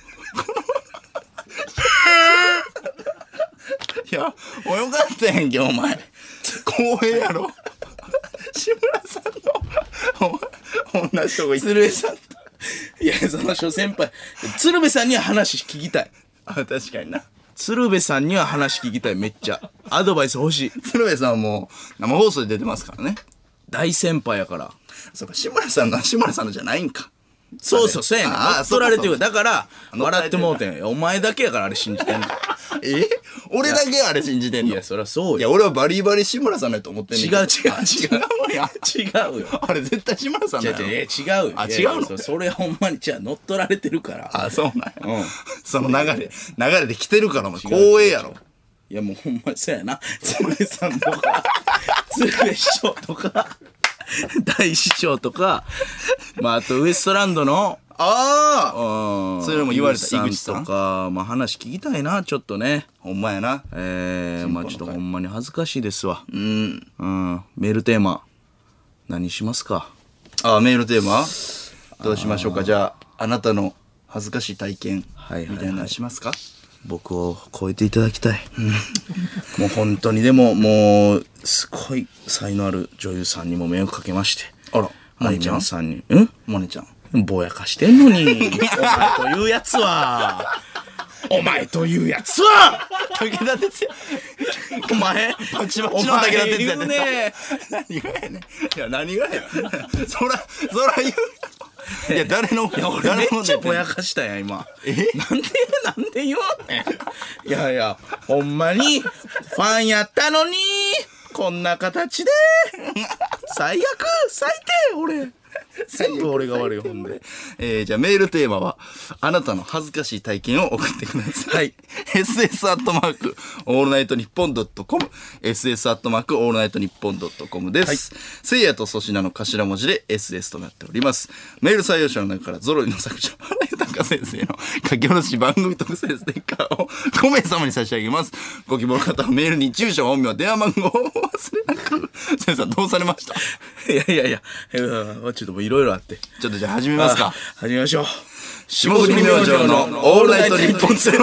いや、もうよかったやんけ、お前。光栄やろ。志村さんの、お前、同じとこ行って。 鶴瓶さんと。いや、その諸先輩。鶴瓶さんには話聞きたい。 あ、確かにな。 鶴瓶さんには話聞きたい、めっちゃ。アドバイス欲しい。 鶴瓶さんも生放送で出てますからね。 大先輩やから。 そうか、志村さんが志村さんのじゃないんか。 そうそう、そうやねん。 あー乗っ取られてる。 そうかだから、 乗っ取られてる笑ってもうてん。お前だけやからあれ信じてんの。 え俺だけあれ信じてんの？ いや、そりゃそういや、 よ。 俺はバリバリ志村さんだと思ってんねんけど。 違う違うあ違う。 違うや。 違うよ。 あれ絶対志村さん違うだよ。 違う、違うよ。 あいやいや違うのそそれほんまに、じゃあ乗っ取られてるから。 あ、そうなんや。 うん。 その流れ、流れで来てるから、お前光栄やろ。 いやもうほんまにそうやな。鶴瓶さんとか、鶴瓶師匠とか、大師匠とか、まああとウエストランドの、 ああうん。 それも言われた井口井口さんとか、まあ話聞きたいな、ちょっとね。 ほんまやな。 えー、まあちょっとほんまに恥ずかしいですわ。 うん。 うん。メールテーマ、何しますか？ あ、メールテーマどうしましょうか。じゃあ、あなたの恥ずかしい体験はいはいはいみたいなのしますか？ 僕を超えていただきたい。もう本当にでももうすごい才能ある女優さんにも迷惑かけまして。 あら、 あいみょんさんに。んモネちゃん。 ぼやかしてんのに。お前というやつは。お前というやつは武田鉄矢。 お前バチバおチの武田前鉄矢言うね。 何がやねん。いや、何がや。そら、そら言う。いや、誰の、 いや俺め誰のっちゃぼやかしたやん今。 えなんでなんで言わんねん。いやいやほんまにファンやったのにこんな形で最悪最低俺全部俺が悪いほんで。 えー、じゃあメールテーマは、あなたの恥ずかしい体験を送ってください。 はい。 エスエス アットマーク、オールナイトニッポンドットコム、エスエス アットマーク、オールナイトニッポンドットコムです。せいやと粗品の頭文字で エスエス となっております。メール採用者の中からゾロリの作者、原豊先生の書き下ろし番組特製ステッカーをご名様に差し上げます。ご希望の方はメールに住所、本名、電話番号をお忘れなく。先生どうされました？ いやいやいやうんちょっともういろいろあってちょっとじゃあ始めますか。 始めましょう。 霜降り明星のオールナイトニッポンゼロ。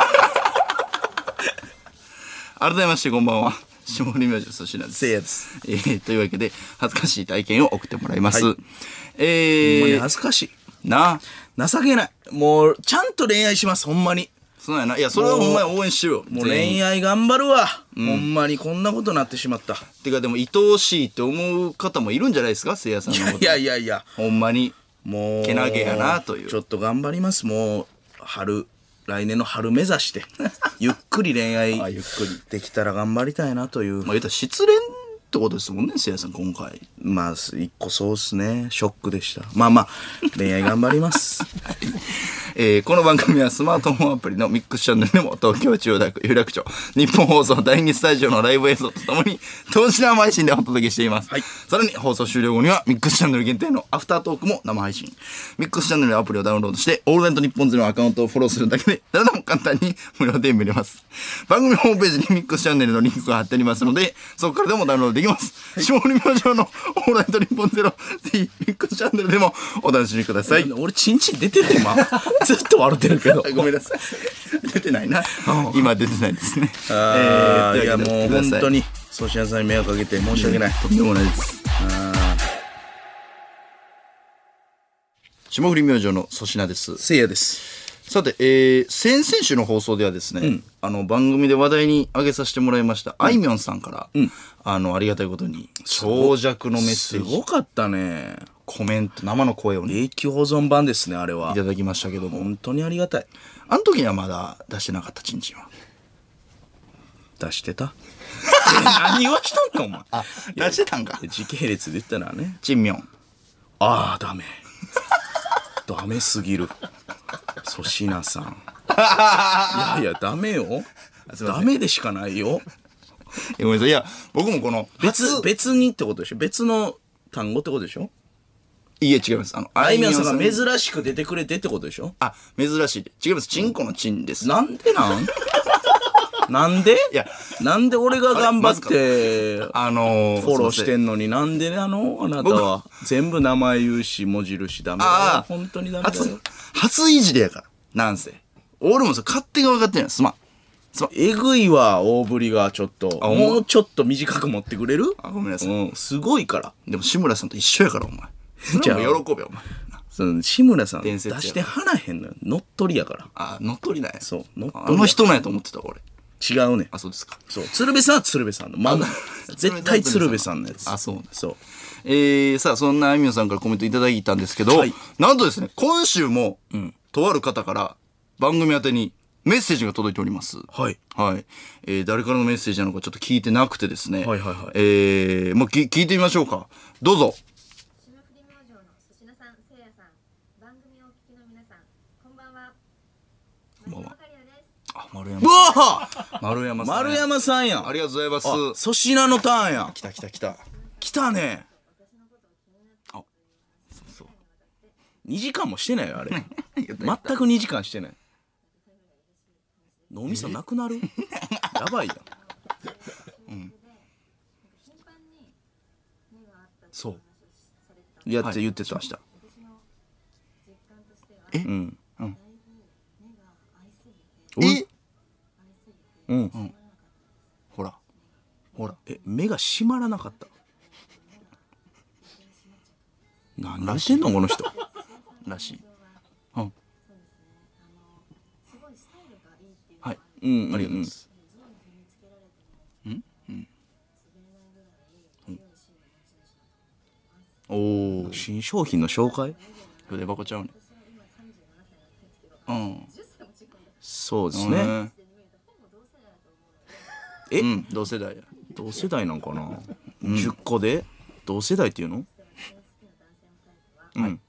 改めましてこんばんは。霜降り明星粗品です。 せいやです。 えー、というわけで恥ずかしい体験を送ってもらいます。 はいえほんまにー、 恥ずかしいな情けない。もうちゃんと恋愛しますほんまに。 そうやな。いやそれはほんまに応援しよう。 もう全員恋愛頑張るわ、ほんまにこんなことなってしまった。 てかでも愛おしいって思う方もいるんじゃないですか、せいやさんのこと。 いやいやいやほんまにもうけなげやなというちょっと頑張ります。もう春来年の春目指してゆっくり恋愛あゆっくりできたら頑張りたいなという。 まあ言ったら失恋ってことですもんね、せいやさん今回。 まあ一個そうっすね、ショックでした。まあまあ恋愛頑張りますえーこの番組はスマートフォンアプリのミックスチャンネルでも東京千代田区有楽町日本放送だいにスタジオのライブ映像とともに同時生配信でお届けしています、 はいさらに放送終了後にはミックスチャンネル限定のアフタートークも生配信。ミックスチャンネルのアプリをダウンロードしてオールナイトニッポンゼロのアカウントをフォローするだけで誰でも簡単に無料で見れます。番組ホームページにミックスチャンネルのリンクが貼ってありますのでそこからでもダウンロードできます。霜降り明星のオールナイトニッポンゼロぜひミックスチャンネルでもお楽しみください。 俺チンチン出てる今ずっと笑ってるけどごめんなさい。出てないな。今出てないですね。 あーいやえーというわけでもうください本当に粗品さんに迷惑かけて申し訳ない。 とんでもないです。霜降り明星の粗品です。 せいやです。 さて、えー、先々週の放送ではですね、あの番組で話題に挙げさせてもらいました、あいみょんさんから、あのありがたいことに長尺のメッセすージごかったね。 コメント生の声をね永久保存版ですねあれは。 いただきましたけども、 本当にありがたい。 あの時にはまだ出してなかったチンチンは出してた何言わしとんねんお前。 あ出してたんか。 時系列で言ったらね。 チンミョンああダメダメすぎる粗品さんやいや、ダメよ。ダメでしかないよ。 ごめんなさい。いや、僕もこの、 別、別にってことでしょ。別の単語ってことでしょ。 いえ、違います。あの、 あいみょんさんあが珍しく出てくれてってことでしょ。 あ、珍しいで。違います。チンコのチンです。 なんでなんなんでいや、 なんで俺が頑張って、 あのー、 フォローしてんんのになんであの、あなたは全部名前言うし、文字るしダメだよ。 ああ、 本当にダメだ初よ。、 初いじりやから。なんせ。俺もそれ勝手が分かってない。すまん。 えぐいわ、大振りがちょっと。 あほんまもうちょっと短く持ってくれる。 あ、ごめんなさい。 うん、すごいから。 でも志村さんと一緒やから、お前。じゃあ、喜べよ、お前。 その志村さん出伝説やしてはらへんのよ。乗っ取りやから。 あ、乗っ取りなんや。 そう、乗っあ取り。 の人なんやと思ってた、俺。 違うね。 あ、そうですか。 そう、鶴瓶さんは鶴瓶さんの。まあ、絶対鶴瓶さんのやつ。 あ、そうね。 そう。 えー、さあ、そんなあいみょんさんからコメントいただいたんですけど、 はいなんとですね、今週も、とある方から番組宛てにメッセージが届いております。 はい。 はい。えー、誰からのメッセージなのかちょっと聞いてなくてですね。 はいはいはいえー、もうき聞いてみましょうか。どうぞ。 霜降り明星の粗品さん、せいやさん、番組をお聞きの皆さん、こんばんは。 こんばんは丸山カリアです。 あ、丸山うわぁ丸山さん。 丸山さんやん。 ありがとうございます。 あ、粗品のターンやん。 来た来た来た。 来たね。 あ、そうそう。 にじかんもしてないよ、あれ。全くにじかんしてない。脳みそなくなるやばいやん。 そう。 やって言ってた。 しました。 うん。 えうん。 ほら。ほら。 え、目が閉まらなかった。何言ってんのこの人。 らしい。うん。はい。 うん、うん、 ありがとうございます。おー。 新商品の紹介。 筆箱ちゃうね。うん。 そうですね。 ね。 えうん、同世代や。 同世代なんかな、じゅっこで同世代っていうの。うん。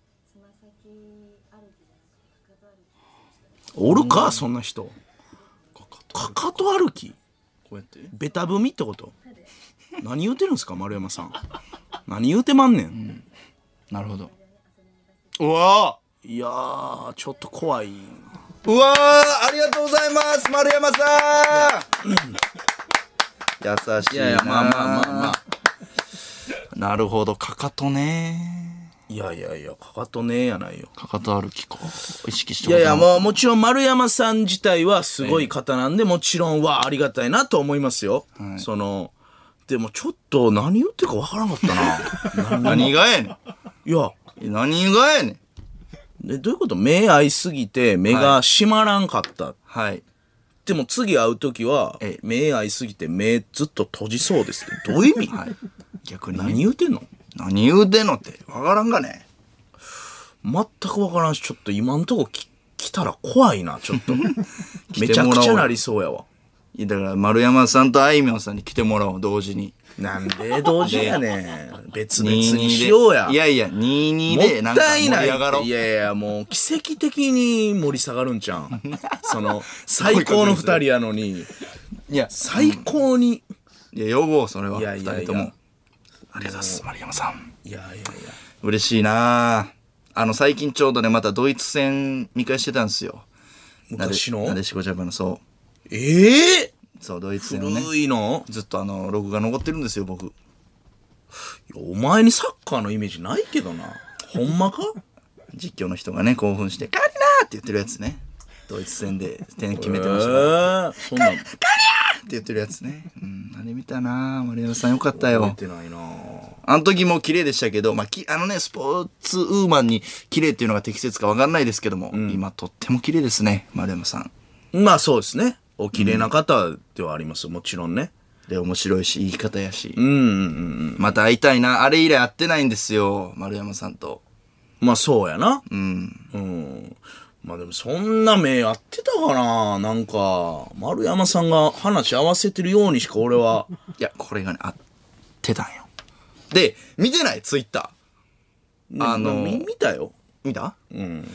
おるか、そんな人。かかと歩きこうやって。 ベタ踏みってこと。何言うてるんすか丸山さん。何言うてまんねん。 なるほど。うわいやーちょっと怖い。 ーうわーありがとうございます丸山さん優しいな。 いやいやまあまあまあまあ。 なるほど、かかとね。 いやいやいやかかとねえやないよ。 かかと歩きか。意識していやいやもうう。 もちろん丸山さん自体はすごい方なんで、もちろんはありがたいなと思いますよ、 はいそのでもちょっと何言ってるかわからなかったな何がやねいやん。何がやねん。 でどういうこと。目合いすぎて目が閉まらんかった、 はい。 でも次会う時はええ目合いすぎて目ずっと閉じそうですってどういう意味、 はい。逆にね、 何言うてんの。 何言うてんのってわからんかね。 全くわからんし、ちょっと今んとこき来たら怖いなちょっとめ来てもらおうちゃくちゃなりそうやわ。 いやだから丸山さんとあいみょんさんに来てもらおう、同時に。 なんで同時やねん。別々 にーににしでようや。 いやいや、にーにーもっでなんか盛たいないり上がろう。 って。いやいや、もう奇跡的に盛り下がるんちゃうんその、最高の二人やのに、 いや、 最高に。 いや、呼ぼう、それは。 いやいやいや二人とも。ありがとうございます、丸山さん。 いやいやいや。 嬉しいなぁ。あの、最近ちょうどね、またドイツ戦見返してたんですよ。 昔のなでしこジャパンの、そう。 ええそう、ドイツ戦をね。 古いの。 ずっとあの、録画残ってるんですよ、僕。 いやお前にサッカーのイメージないけどな。ほんまか。 実況の人がね、興奮して、カリナーって言ってるやつね。ドイツ戦で点決めてましたえから。 ー、そんなんって言ってるやつね。うん、あれ見たなぁ。丸山さんよかった覚えよ。 てないな。 あの時も綺麗でしたけど、まあ、きあのね、スポーツウーマンに綺麗っていうのが適切かわかんないですけども、今とっても綺麗ですね、丸山さん。 まあそうですね。お綺麗な方ではありますよ。もちろんね。 で、面白いし、言い方やし。 うんうんうんまた会いたいな。あれ以来会ってないんですよ、丸山さんと。 うん。まあそうやな。 うん。 うん。まあでもそんな目合ってたかな。なんか、丸山さんが話合わせてるようにしか俺は。 いや、これがね、合ってたんよ。で、見てないツイッター。あのみ見たよ。 見たうん。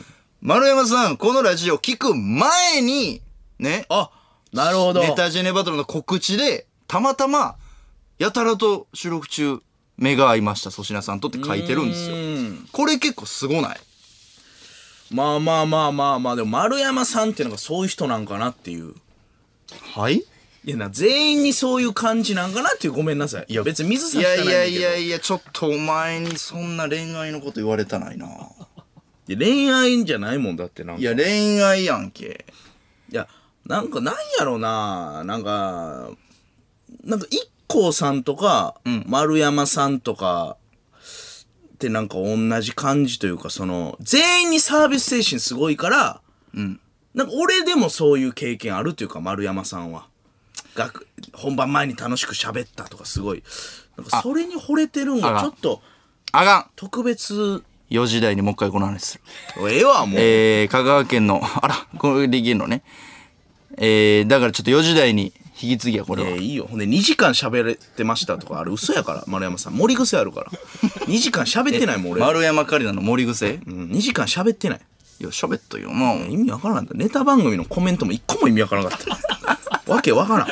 丸山さん、このラジオ聞く前に、ね。 あ、なるほど。 ネタジェネバトルの告知で、たまたま、やたらと収録中、目が合いました、粗品さんとって書いてるんですよ。これ結構すごない？ まあまあまあまあまあ、でも丸山さんっていうのがそういう人なんかなっていう。 はい？ いやな、全員にそういう感じなんかなっていう。ごめんなさい。いや別に水さいやいしかないんだけど。 やいやいや、ちょっとお前にそんな恋愛のこと言われたないな。 いや恋愛じゃないもんだってなんか。 いや、恋愛やんけ。 いや、なんかなんやろな、なんか、なんか一光さんとか、うん、丸山さんとか、ってなんか同じ感じというか、その、全員にサービス精神すごいから、うん。なんか俺でもそういう経験あるというか、丸山さんは。学本番前に楽しく喋ったとかすごい。なんかそれに惚れてるんがちょっと、 あかん。 特別。 よじ台にもう一回この話する。 ええわ、もう。 えー、香川県の、あら、これできるのね。えー、だからちょっとよじ台に引き継ぎや、これは。 えー、いいよ。ほんでにじかん喋れてましたとか、あれ嘘やから、丸山さん。盛り癖あるから。にじかん喋ってないもん、俺。 丸山桂里奈の盛り癖うん、にじかん喋ってない。 いや、喋ったよな。 意味わからんだ。ネタ番組のコメントも一個も意味わからなかった。わけわからん。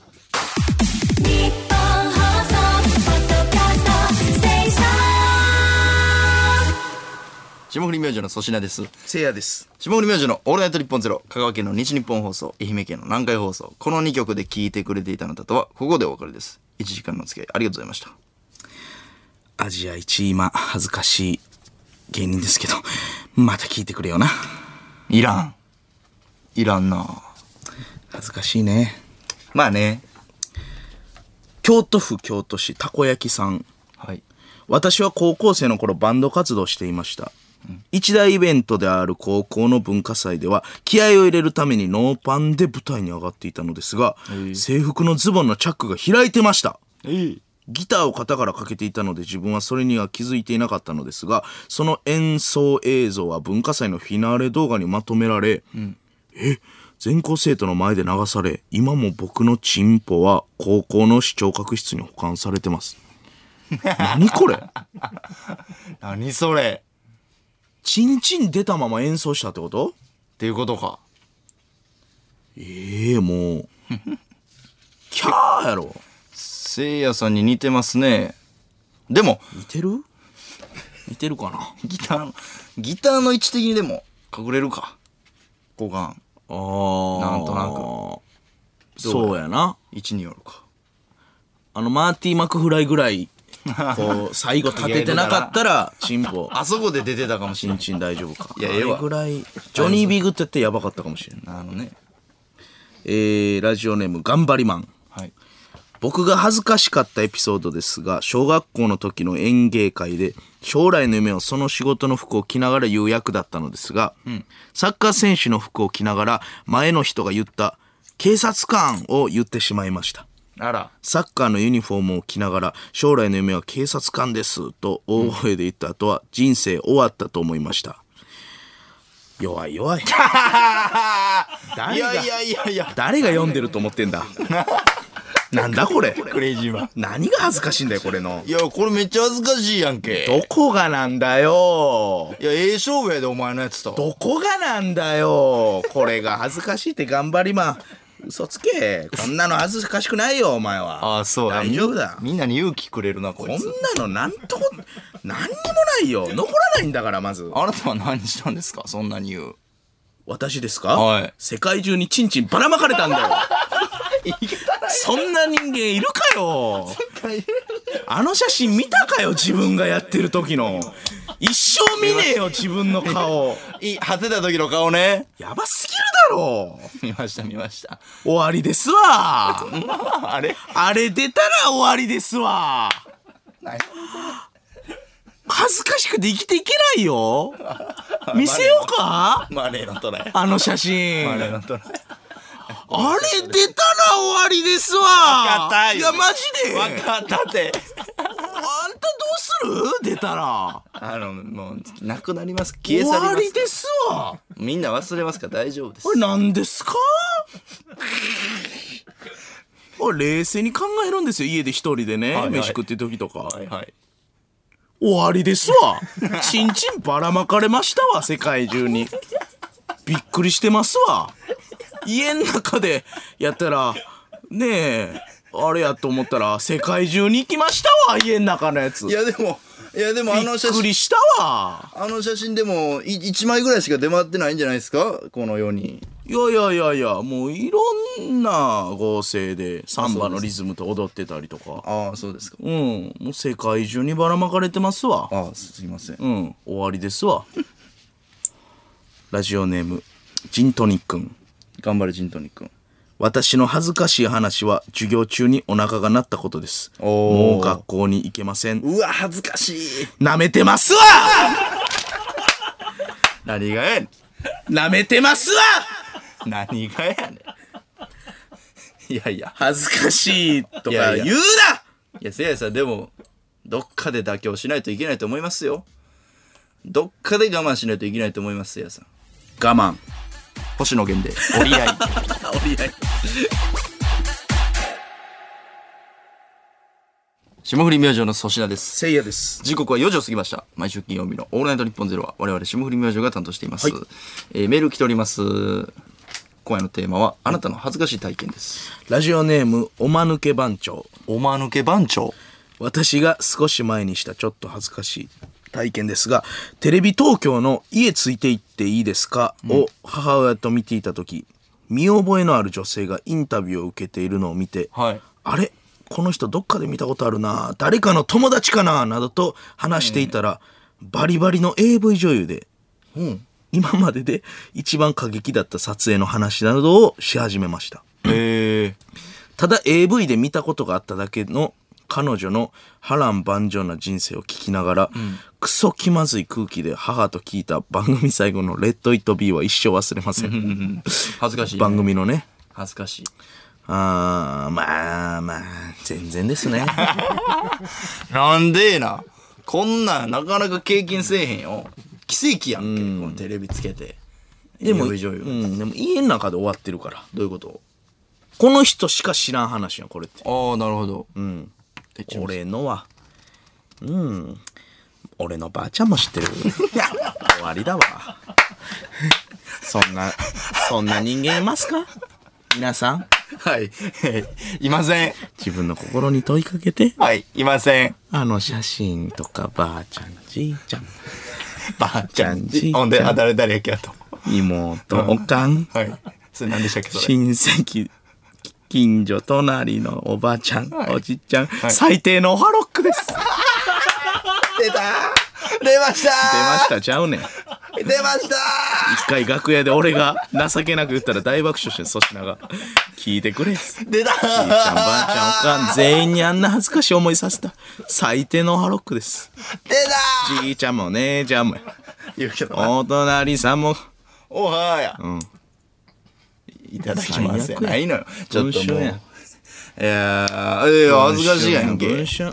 霜降り明星の粗品です。 せいやです。 霜降り明星のオールナイトニッポンゼロ、香川県の西日本放送、愛媛県の南海放送、このにきょくで聞いてくれていたあなたとはここでお別れです。いちじかんのお付き合いありがとうございました。 アジア一今恥ずかしい芸人ですけど、また聞いてくれよな。 いらんいらんな。 恥ずかしいね。 まあね。 京都府京都市たこ焼きさん。 はい。 私は高校生の頃バンド活動をしていました。うん、一大イベントである高校の文化祭では気合を入れるためにノーパンで舞台に上がっていたのですが、えー、制服のズボンのチャックが開いてました。えー、ギターを肩からかけていたので自分はそれには気づいていなかったのですが、その演奏映像は文化祭のフィナーレ動画にまとめられ、うん、え全校生徒の前で流され、今も僕のチンポは高校の視聴覚室に保管されてます。何これ何それ。 チンチン出たまま演奏したってこと？ っていうことか。 ええー、もうキャーやろ。 せいやさんに似てますね。でも似てる似てるかな。 ギターのギターの位置的にでも隠れるか、股間。ああ、 なんとなくそうやな。 位置によるか。 あのマーティー・マクフライぐらいこう最後立ててなかったらチンポあそこで出てたかもしれない。 チンチン大丈夫か。 いや、ええわ。 あれぐらいジョニー・ビグってやってやばかったかもしれない。 あのね。 えー、ラジオネーム頑張りマン。はい。僕が恥ずかしかったエピソードですが、小学校の時の演芸会で将来の夢をその仕事の服を着ながら言う役だったのですが、うん、サッカー選手の服を着ながら前の人が言った警察官を言ってしまいました。 あら。 サッカーのユニフォームを着ながら将来の夢は警察官ですと大声で言った後は人生終わったと思いました。弱い弱い。 誰がいやいやいやいや誰が読んでると思ってんだ。なんだこれ。 クレイジーは何が恥ずかしいんだよこれの。 いやこれめっちゃ恥ずかしいやんけ。 どこがなんだよ。 いやええ勝負やでお前のやつと。 どこがなんだよ。これが恥ずかしいって頑張りま嘘つけ。こんなの恥ずかしくないよお前は。 ああそう大丈夫だ。 みんなに勇気くれるなこいつ。 こんなのなんとも何にもないよ。残らないんだからまず。 あなたは何したんですかそんなに言う。 私ですか。 はい。 世界中にチンチンばらまかれたんだよ。そんな人間いるかよ。あの写真見たかよ自分がやってる時の。一生見ねえよ自分の顔。 い果てた時の顔ね。 やばすぎるだろ。 見ました見ました。 終わりですわ。 あれあれ出たら終わりですわ。恥ずかしくて生きていけないよ。見せようかマネーのトライ。 あの写真。 マネーのトライ。 あれ出たら終わりですわ。 わかったよ。 いやマジで。 わかったって。 あんたどうする出たら。 あのもうなくなります。消え去ります。 終わりですわ。 みんな忘れますから大丈夫です。 これ何ですか。これ冷静に考えるんですよ家で一人でね、はいはい、飯食ってる時とか。はいはい。終わりですわ。チンチンばらまかれましたわ世界中に。 びっくりしてますわ。家の中でやったらねえあれやと思ったら世界中に行きましたわ、家の中のやつ。 いやでもいやでもあの写びっくり真したわ。 あの写真でもいいちまいぐらいしか出回ってないんじゃないですか、この世に。 いやいやいやいや、もういろんな合成でサンバのリズムと踊ってたりとか、 ああそうですか。 うんもう世界中にばらまかれてますわ。 ああすいません。 うん終わりですわ。ラジオネームジントニックン。 頑張れジントニックン。 私の恥ずかしい話は授業中にお腹が鳴ったことです。 おーもう学校に行けません。 うわ恥ずかしい。 なめてますわ。 何がやねんなめてますわ。 何がやねん。いやいや恥ずかしいとかいやいや言うな。 いやせいやさんでもどっかで妥協しないといけないと思いますよ。どっかで我慢しないといけないと思います。せいやさん我慢。 星野源で折り合い折り合い。 霜降り明星の粗品です。 せいやです。 時刻はよじを過ぎました。毎週金曜日のオールナイトニッポンゼロは我々霜降り明星が担当しています、えーメール来ております。今夜のテーマはあなたの恥ずかしい体験です。 ラジオネームおまぬけ番長。 おまぬけ番長。 私が少し前にしたちょっと恥ずかしい体験ですが、テレビ東京の家ついて行っていいですか、うん、を母親と見ていた時、見覚えのある女性がインタビューを受けているのを見て、 はい、 あれこの人どっかで見たことあるな、誰かの友達かななどと話していたら、うん、バリバリの エーブイ 女優で、うん、今までで一番過激だった撮影の話などをし始めました。 へー。 ただ エーブイ で見たことがあっただけの彼女の波乱万丈な人生を聞きながら、うん、クソ気まずい空気で母と聞いた番組最後のレッドイットビーは一生忘れません。 恥ずかしい、ね、 番組のね。 恥ずかしい。 あーまあまあ全然ですね。 なんでな、こんなんなかなか経験せえへんよ。奇跡やんけ、うん、このテレビつけて。 でも、うん、でも家の中で終わってるから。どういうこと？この人しか知らん話やんこれって。 ああなるほど。 うん。俺のはうん俺のばあちゃんも知ってる。終わりだわ。そんなそんな人間いますか皆さん。 はいいません。 自分の心に問いかけて。 はいいません。 あの写真とかばあちゃんじいちゃんばあちゃんじいちゃんほんであ誰誰やっけあと妹、うん、おかん、 はい、それ何でしたっけそれ。 親戚近所隣のおばちゃん、はい、おじちゃん、はい、最低のオハロックです。 出た出ました出ましたちゃうねん。 出ました一回楽屋で俺が情けなく言ったら大爆笑して粗品が聞いてくれ。 出たじいちゃんばあちゃんおかん全員にあんな恥ずかしい思いさせた最低のオハロックです。 出たじいちゃんも姉ちゃんも言うけどお隣さんもおはや、 うん、 いただきますやないのよ。ちょっともういやーいや恥ずかしいやんけ。 文春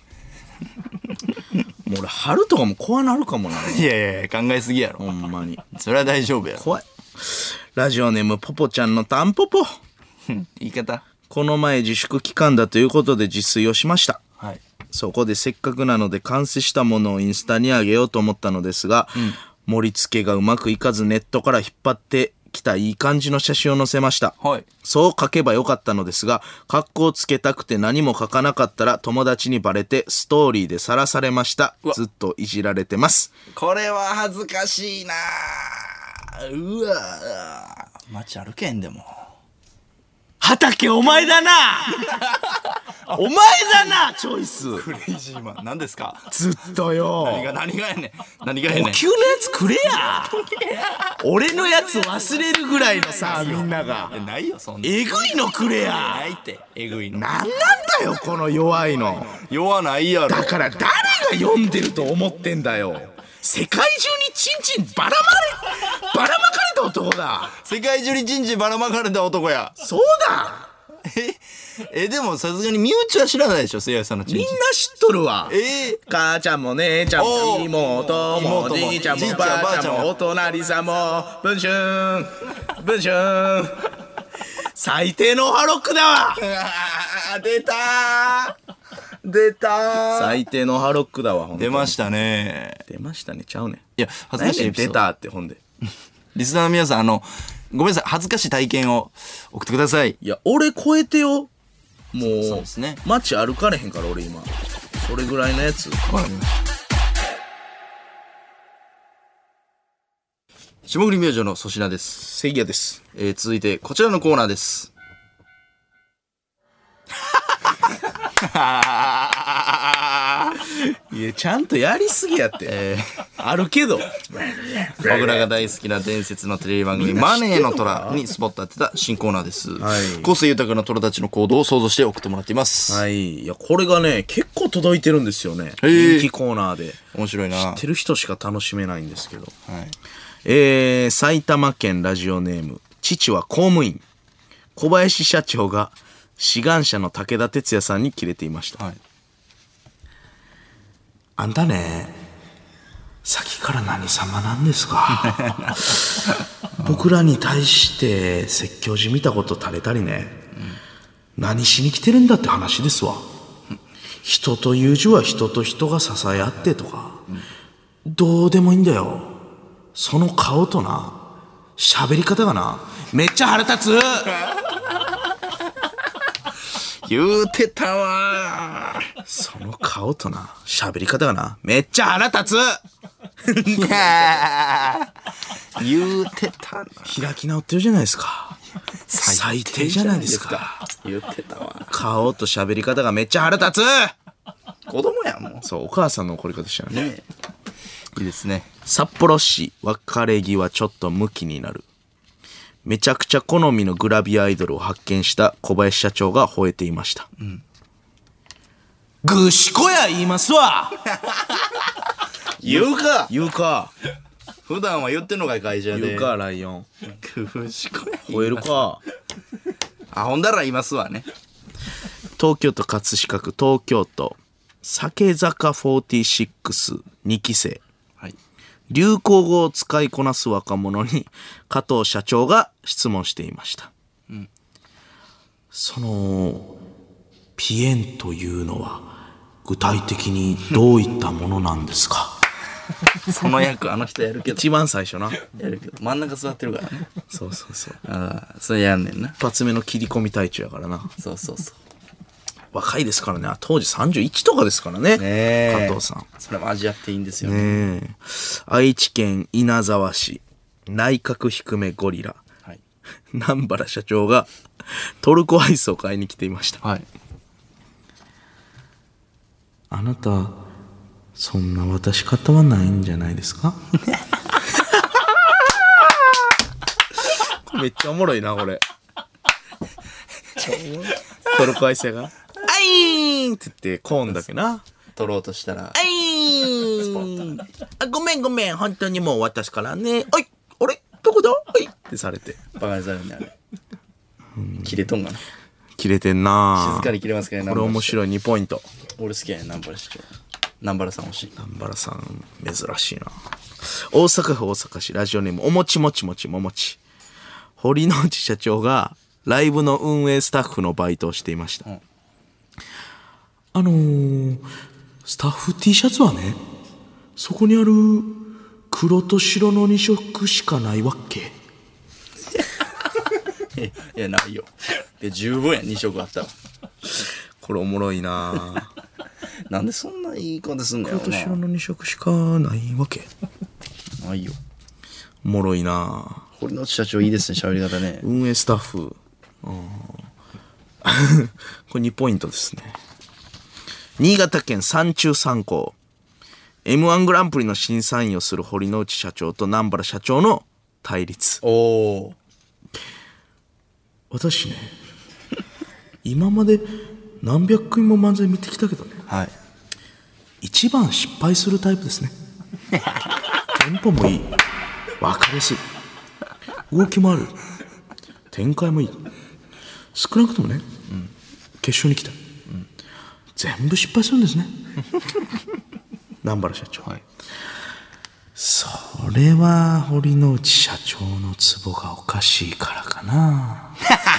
もう俺春とかも怖なるかもな。 いやいや考えすぎやろほんまに。 それは大丈夫やろ。 怖い。ラジオネームポポちゃんのタンポポ。 言い方。この前自粛期間だということで自炊をしました、 はい、 そこでせっかくなので完成したものをインスタに上げようと思ったのですが、うん、盛り付けがうまくいかずネットから引っ張ってきたいい感じの写真を載せました、 はい、 そう書けばよかったのですが格好をつけたくて何も書かなかったら友達にバレてストーリーで晒されました。ずっといじられてます。 これは恥ずかしいな。うわ街歩けんでも畑お前だなお前だなチョイスクレイジーマン何ですかずっとよ。 何が何がやねん何がやねん。 急のやつくれや俺のやつ忘れるぐらいのさみんながないよそんなえぐいのくれや。 ないってえぐいのなんなんだよこの弱いの。 弱ないやろ。 だから誰が読んでると思ってんだよ。世界中にチンチンばらまればらまかれた男だ。 世界中にチンチンばらまかれた男や。 そうだええでもさすがに身内は知らないでしょせいやさんのチンチン。 みんな知っとるわ。 えー、 母ちゃんも姉ちゃんも妹もじいちゃんもばあちゃんもお隣さんも文春文春最低のハロックだわ出たー出たー最低のハロックだわ。 出ましたね。 出ましたねちゃうねん。 いや恥ずかしいエピソード出たってほんでリスナーの皆さん、あの、ごめんなさい、恥ずかしい体験を送ってください。 いや、俺超えてよ。もう、 そうですね。 街歩かれへんから、俺今。それぐらいのやつ。 わかりました。霜降り明星の粗品です。 せいやです。 えー、続いてこちらのコーナーです。 いや、ちゃんとやりすぎやって。 えー、あるけど。 僕らが大好きな伝説のテレビ番組マネーの虎にスポット当てた新コーナーです。はい、個性豊かな虎たちの行動を想像して送ってもらっています。 はい。いや、これがね、結構届いてるんですよね。人気コーナーで。 面白いな。 知ってる人しか楽しめないんですけど。 はい。 えー、埼玉県ラジオネーム、父は公務員。小林社長が志願者の武田鉄矢さんにキレていました。はい。あんたね、さっきから何様なんですか。僕らに対して説教じみたこと垂れたりね、うん、何しに来てるんだって話ですわ。うん、人という字は人と人が支え合ってとか、うん、どうでもいいんだよ。その顔とな、喋り方がな、めっちゃ腹立つ。 言うてたわ。 その顔とな、喋り方がな、めっちゃ腹立つ。 いや言うてたな。 開き直ってるじゃないですか。最低じゃないですか。 言ってたわ。 顔と喋り方がめっちゃ腹立つ。 子供やもん。 そう、お母さんの怒り方したよね。ね、 いいですね。 札幌市別れ際ちょっとムキになる。めちゃくちゃ好みのグラビアアイドルを発見した小林社長が吠えていました。うん、ぐしこや言いますわ。 言うか言うか。 普段は言ってんのかい会社で。 言うかライオン。 ぐしこや吠えるか。 あ、ほんだら言いますわね。 東京都葛飾区東京都酒坂フォーティシックスにき生。流行語を使いこなす若者に加藤社長が質問していました。うん、そのピエンというのは具体的にどういったものなんですか。 その役あの人やるけど。 一番最初な。 やるけど真ん中座ってるからね。 そうそうそう。 ああ、それやんねんな。 一発目の切り込み隊長やからな。 そうそうそう。 若いですからね。当時さんじゅういちとかですからね。 ね加藤さん。 それも味わっていいんですよね。 ね愛知県稲沢市内角低めゴリラ。はい、南原社長がトルコアイスを買いに来ていました。はい、あなたそんな渡し方はないんじゃないですか。めっちゃおもろいなこれ。トルコアイスやがアイーンって言ってコーンだけな取ろうとしたらアイーンあごめんごめん本当にもう渡すからねおいあれどこだおいってされてバカにされるねあれ、うん、切れとんがな切れてんな静かに切れますからね。 これ面白いにポイント。 俺好きやね南原市長。南原さん欲しい。 南原さん珍しいな。大阪府大阪市ラジオネームおもちもちもちももち。堀之内社長がライブの運営スタッフのバイトをしていました。うん、あのー、スタッフ T シャツはね、そこにある黒と白のに色しかないわけ。 いや、ないよ。で、十分や、に色あったら。 これおもろいななんでそんないい言い方すんのよな。 黒と白のに色しかないわけ。 ないよ。 おもろいな堀之内社長いいですね、喋り方ね。 運営スタッフ。これにポイントですね。新潟県三中三高 エムワン グランプリの審査員をする堀之内社長と南原社長の対立。 おー、 私ね今まで何百組も漫才見てきたけどね、 はい、 一番失敗するタイプですね。テンポもいい、分かりやすい、動きもある、展開もいい、少なくともね、うん、決勝に来た、うん、全部失敗するんですね。南原社長、はい、それは堀之内社長のツボがおかしいからかな。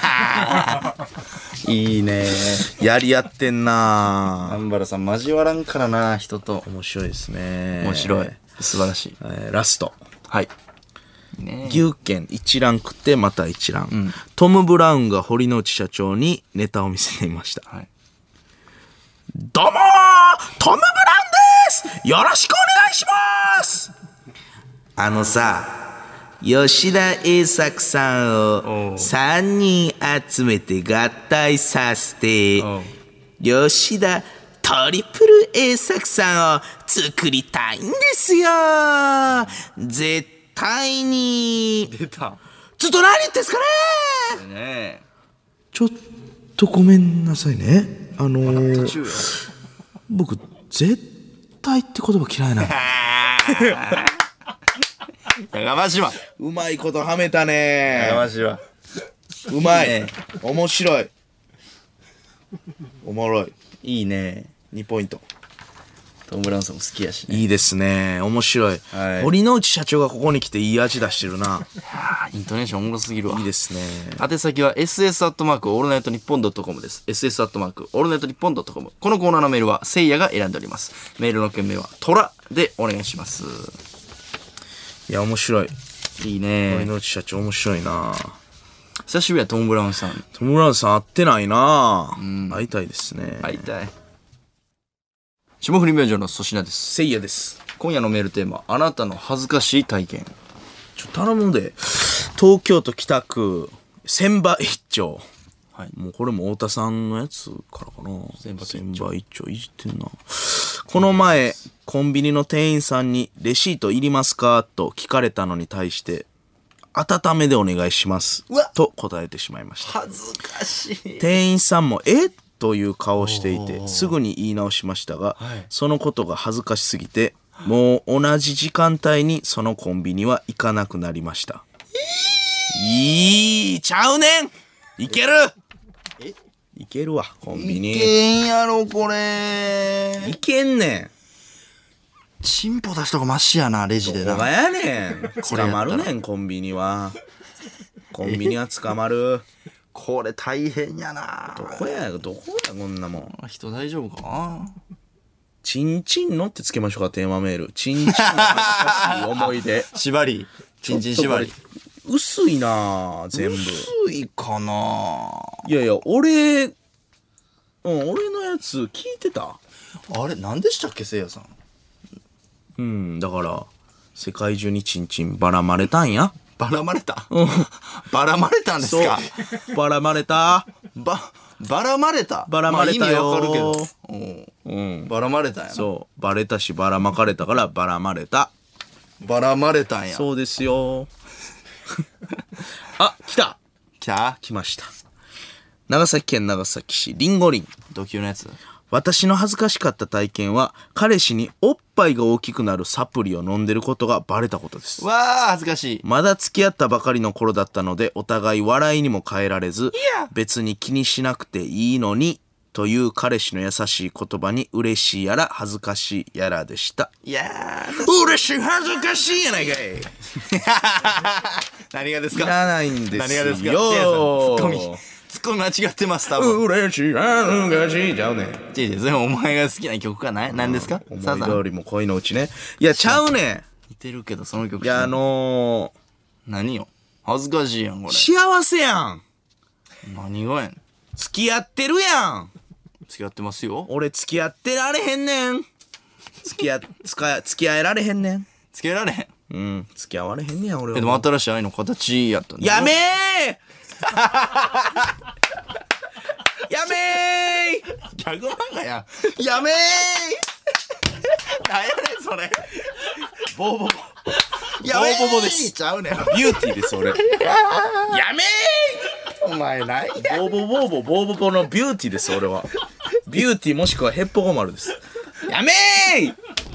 いいね、 やり合ってんな。 南原さん交わらんからな、人と。 面白いですね。 面白い、素晴らしい、 えー、ラスト、 はい、 ね牛券一覧食ってまた一覧、うん、トム・ブラウンが堀之内社長にネタを見せていました、はい、どうもートム・ブラウンですよろしくお願いしますあのさ吉田栄作さんをさんにん集めて合体させて吉田トリプル栄作さんを作りたいんですよ絶対に出たちょっと何言ってんすかねねちょっとごめんなさいねあのー、僕絶対って言葉嫌いなのやがましはうまいことはめたねやがましはうまい、ね、面白いおもろいいいねにポイントトム・ブラウンさんも好きやし、ね、 いいですね面白い、はい、堀之内社長がここに来ていい味出してるなイントネーションおもろすぎるわいいですね宛先は エスエス アットマークオールナイトニッポンドットコム です エスエス アットマークオールナイトニッポンドットコム このコーナーのメールはせいやが選んでおりますメールの件名はトラでお願いしますいや面白いいいね堀之内社長面白いな久しぶりやトム・ブラウンさんトム・ブラウンさん会ってないな、うん、会いたいですね会いたい霜降り明星の粗品ですせいやです今夜のメールテーマあなたの恥ずかしい体験ちょ頼むで東京都北区千葉一丁、はい、もうこれも太田さんのやつからかな千葉一丁いじってんなこの前コンビニの店員さんにレシートいりますかと聞かれたのに対して温めでお願いしますと答えてしまいました恥ずかしい店員さんもえという顔をしていてすぐに言い直しましたが、はい、そのことが恥ずかしすぎてもう同じ時間帯にそのコンビニは行かなくなりましたいいちゃうねんいけるえいけるわコンビニいけんやろこれいけんねんチンポ出した方がマシやなレジでなどこがやねん捕まるねんコンビニはコンビニは捕まるこれ大変やなどこやどこやこんなもん人大丈夫かなチンチンのってつけましょうかテーマメールチンチンの恥ずかしい思い出縛りチンチン縛り薄いな全部薄いかないやいや俺うん俺のやつ聞いてたあれ何でしたっけせいやさんうんだから世界中にチンチンばらまれたんやばらまれたうんばらまれたんですかばらまれたばばらまれたばらまれたよ、 まあ、意味わかるけどうんばらまれたんやなそうバレたしばらまかれたからばらまれたばらまれたんやそうですよあ来た来た来ました長崎県長崎市りんごりんド級のやつ私の恥ずかしかった体験は彼氏におっぱいが大きくなるサプリを飲んでることがバレたことです。 わー恥ずかしい。 まだ付き合ったばかりの頃だったのでお互い笑いにも変えられず別に気にしなくていいのにという彼氏の優しい言葉に嬉しいやら恥ずかしいやらでした。 いやー嬉しい恥ずかしいやないかい何がですか。 いらないんですよ。 何がですか。ツッコミツッコミ間違ってます多分。 嬉しい恥ずかしいちゃうねん。 違う違うそれお前が好きな曲かな何ですか。 思い通りも恋のうちね。いやちゃうねん。 似てるけどその曲。 いやあのー、何よ恥ずかしいやんこれ。 幸せやん。 何がやん。 付き合ってるやん。 付き合ってますよ。 俺付き合ってられへんねん。付き合つか付き合えられへんねん。 付き合えられへん。 うん付き合われへんねや俺は。 でも新しい愛の形やったんだ。 やめーやめーギャグ漫画ややめー何やねんそれ。ボーボボやめーボーボボですちゃうねん。 ビューティーです俺。やめーお前ないーボーボボーボボーボボのビューティーです俺は。ビューティーもしくはヘッポコマルです。やめー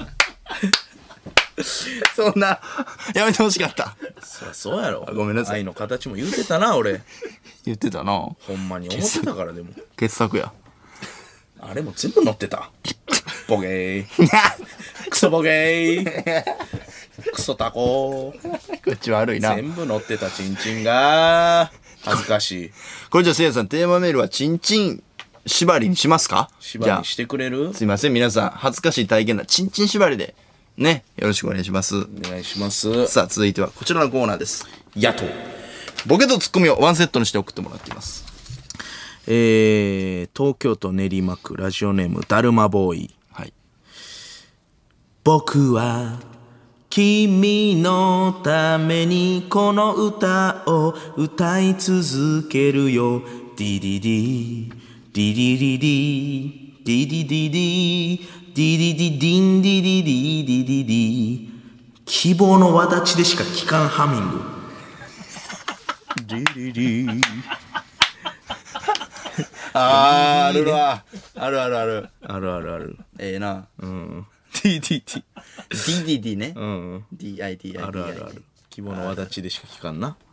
そんなやめてほしかった。 そりゃそうやろ。 ごめんなさい。 愛の形も言うてたな俺。 言ってたな。 ほんまに思ってたからでも。 傑作や。 あれも全部載ってた。ボケー。クソボケー。クソタコ。 口悪いな。 全部載ってたチンチンが恥ずかしい。 これじゃあせいやさんテーマメールはチンチン縛りにしますか。 縛りにしてくれる。 すいません皆さん恥ずかしい体験なチンチン縛りでね、よろしくお願いします。 お願いします。 さあ、続いてはこちらのコーナーです。 野党。 ボケとツッコミをワンセットにして送ってもらっています。 えー、東京都練馬区ラジオネームだるまボーイ。 はい。 僕は君のためにこの歌を歌い続けるよ。ディディディディディディディディディディディディディディディンディディディディディディ希望の輪立ちでしか聞かんハミング。ディディディあー、あるわ。あるあるある。 あるあるある。 ええな。 うん。ディディディ。 ディディディね。 うん。 ディアイディアイ。 あるあるある。希望の輪立ちでしか聞かんな。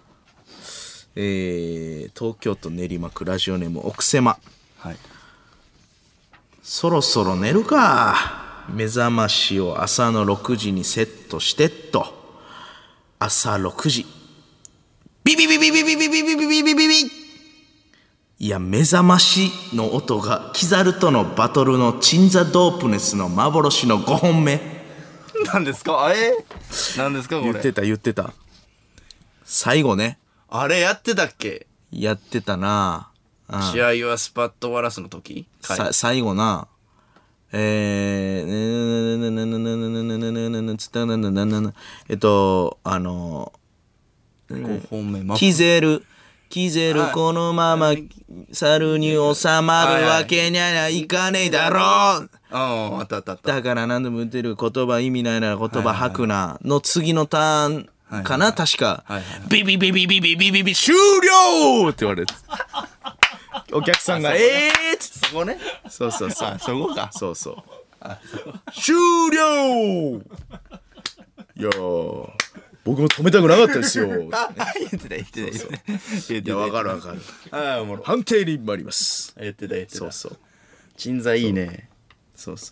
えー、東京都練馬区ラジオネーム奥狭。 はい。 そろそろ寝るか。目覚ましを朝のろくじにセットしてっと。朝ろくじ。ビビビビビビビビビビビビビビ。いや、目覚ましの音がキザルとのバトルのチンザドープネスの幻のごほんめ。 何ですかえー、何ですかこれ。 言ってた言ってた。最後ね。 あれやってたっけ？ やってたな。 試合はスパッと終わらすの時？ さ最後な。えー、えっと、あの、 ごほんめ。 キゼル。キゼルこのまま猿に収まるわけにはいかねえだろう。 ああ、あったあったあった。 だから何度も言ってる言葉意味ないなら言葉吐くなの次のターンかな確か。ビビビビビビビビビ終了って言われる。お客さんがえーってそこね。 そうそうそう。 そこか。 そうそう。終了いやー。僕も止めたくなかったですよ。 あ、言ってた言ってた言ってた。 いや、わかるわかる。 ああ、おもろ。 判定に参ります。 言ってた言ってた。 そうそう。 鎮座いいね。 そうそう。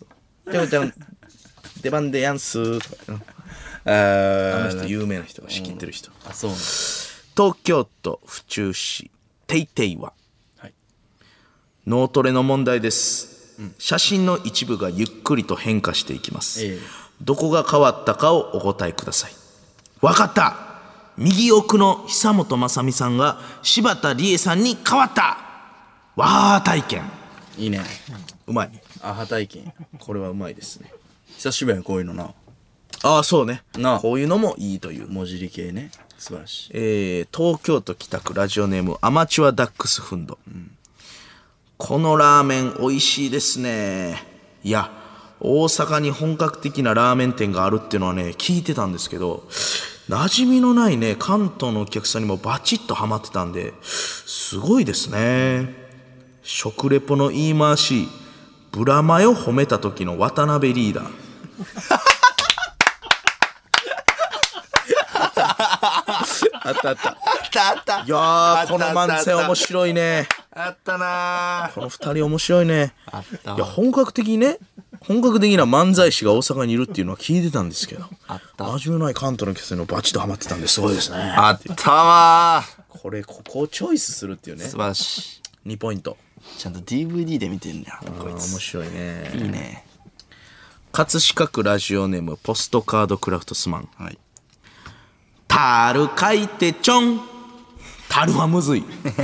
じゃあじゃあ出番でやんすーとか。 ああの人有名な人が仕切ってる人。 あ、そうね。 東京都府中市テイテイは、 はい、 脳トレの問題です、うん、写真の一部がゆっくりと変化していきます、ええ、どこが変わったかをお答えください。わかった。右奥の久本雅美さんが柴田理恵さんに変わった。わー体験。 いいね。 うまい。 アハ体験。 これはうまいですね。 久しぶりやこういうのな。 ああそうね。 なあこういうのもいいという文字理系ね。素晴らしい。 えー、東京都北区ラジオネームアマチュアダックスフンド、うん、このラーメン美味しいですね。いや大阪に本格的なラーメン店があるっていうのはね聞いてたんですけど、馴染みのないね関東のお客さんにもバチッとハマってたんですごいですね。食レポの言い回し、ブラマヨ褒めた時の渡辺リーダーあったあったあったあった。 いやーこの漫才面白いね。 あったなー。 この二人面白いね。 あったわ。 いや本格的にね本格的な漫才師が大阪にいるっていうのは聞いてたんですけど、 あった真面目ない関東の客にバチッとハマってたんですごいですね。 あったわー。 これここをチョイスするっていうね。 素晴らしい。 にポイント。 ちゃんと ディーブイディー で見てんねやこいつ。 面白いね。 いいね。 葛飾区ラジオネームポストカードクラフトスマン、 はい、 タル書いてちょん。タルはむずい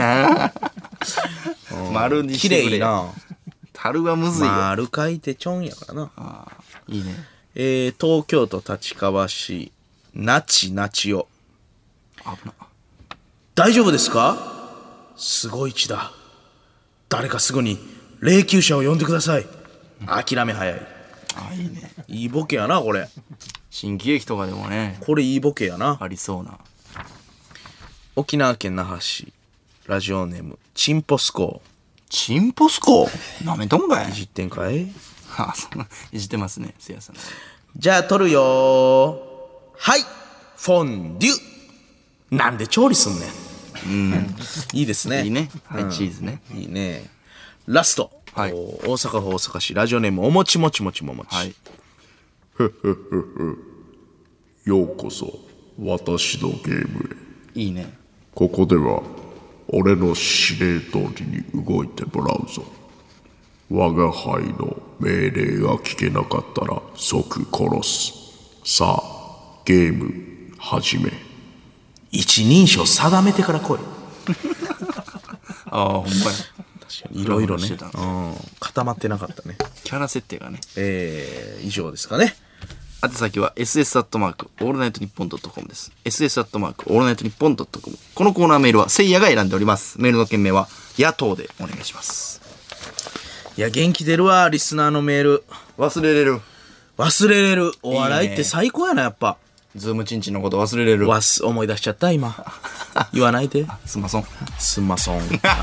丸にしてくれ。 綺麗な。 タルはむずいよ。 丸書いてちょんやからな。 あいいね。 えー、東京都立川市なちなちお。 危な。 大丈夫ですか。すごい血だ。誰かすぐに霊柩車を呼んでください。諦め早い。 あいいね。 いいボケやなこれ。 新喜劇とかでもねこれいいボケやな。 ありそうな。 沖縄県那覇市ラジオネームチンポスコー。 チンポスコーなめとんかい。 いじってんかい。 あそんないじってますねせいやさん。 じゃあ撮るよー。はいフォンデュ。なんで調理すんねん。うんいいですね。 いいね。はい、うん、チーズね。 いいね。ラスト、はい、大阪府大阪市ラジオネームおもちもちもちももち。はい。ふふふふようこそ私のゲームへ。いいね。 ここでは俺の指令通りに動いてもらうぞ。我が輩の命令が聞けなかったら即殺す。 さあゲーム始め。一人称定めてから来い。 ああほんまや。 いろいろね、 してたうん、固まってなかったね。 キャラ設定がね。 えー、以上ですかね。 宛先は エスエス アットマークオールナイトニッポンドットコムです。エスエス アットマークオールナイトニッポンドットコム。このコーナーメールはせいやが選んでおります。メールの件名は野党でお願いします。 いや元気出るわ、リスナーのメール。 忘れれる。 忘れれる。お笑いって最高やな、やっぱ。 ズームチンチンのこと忘れれる。 わす思い出しちゃった今。言わないで。 すんまそん。 すんまそん。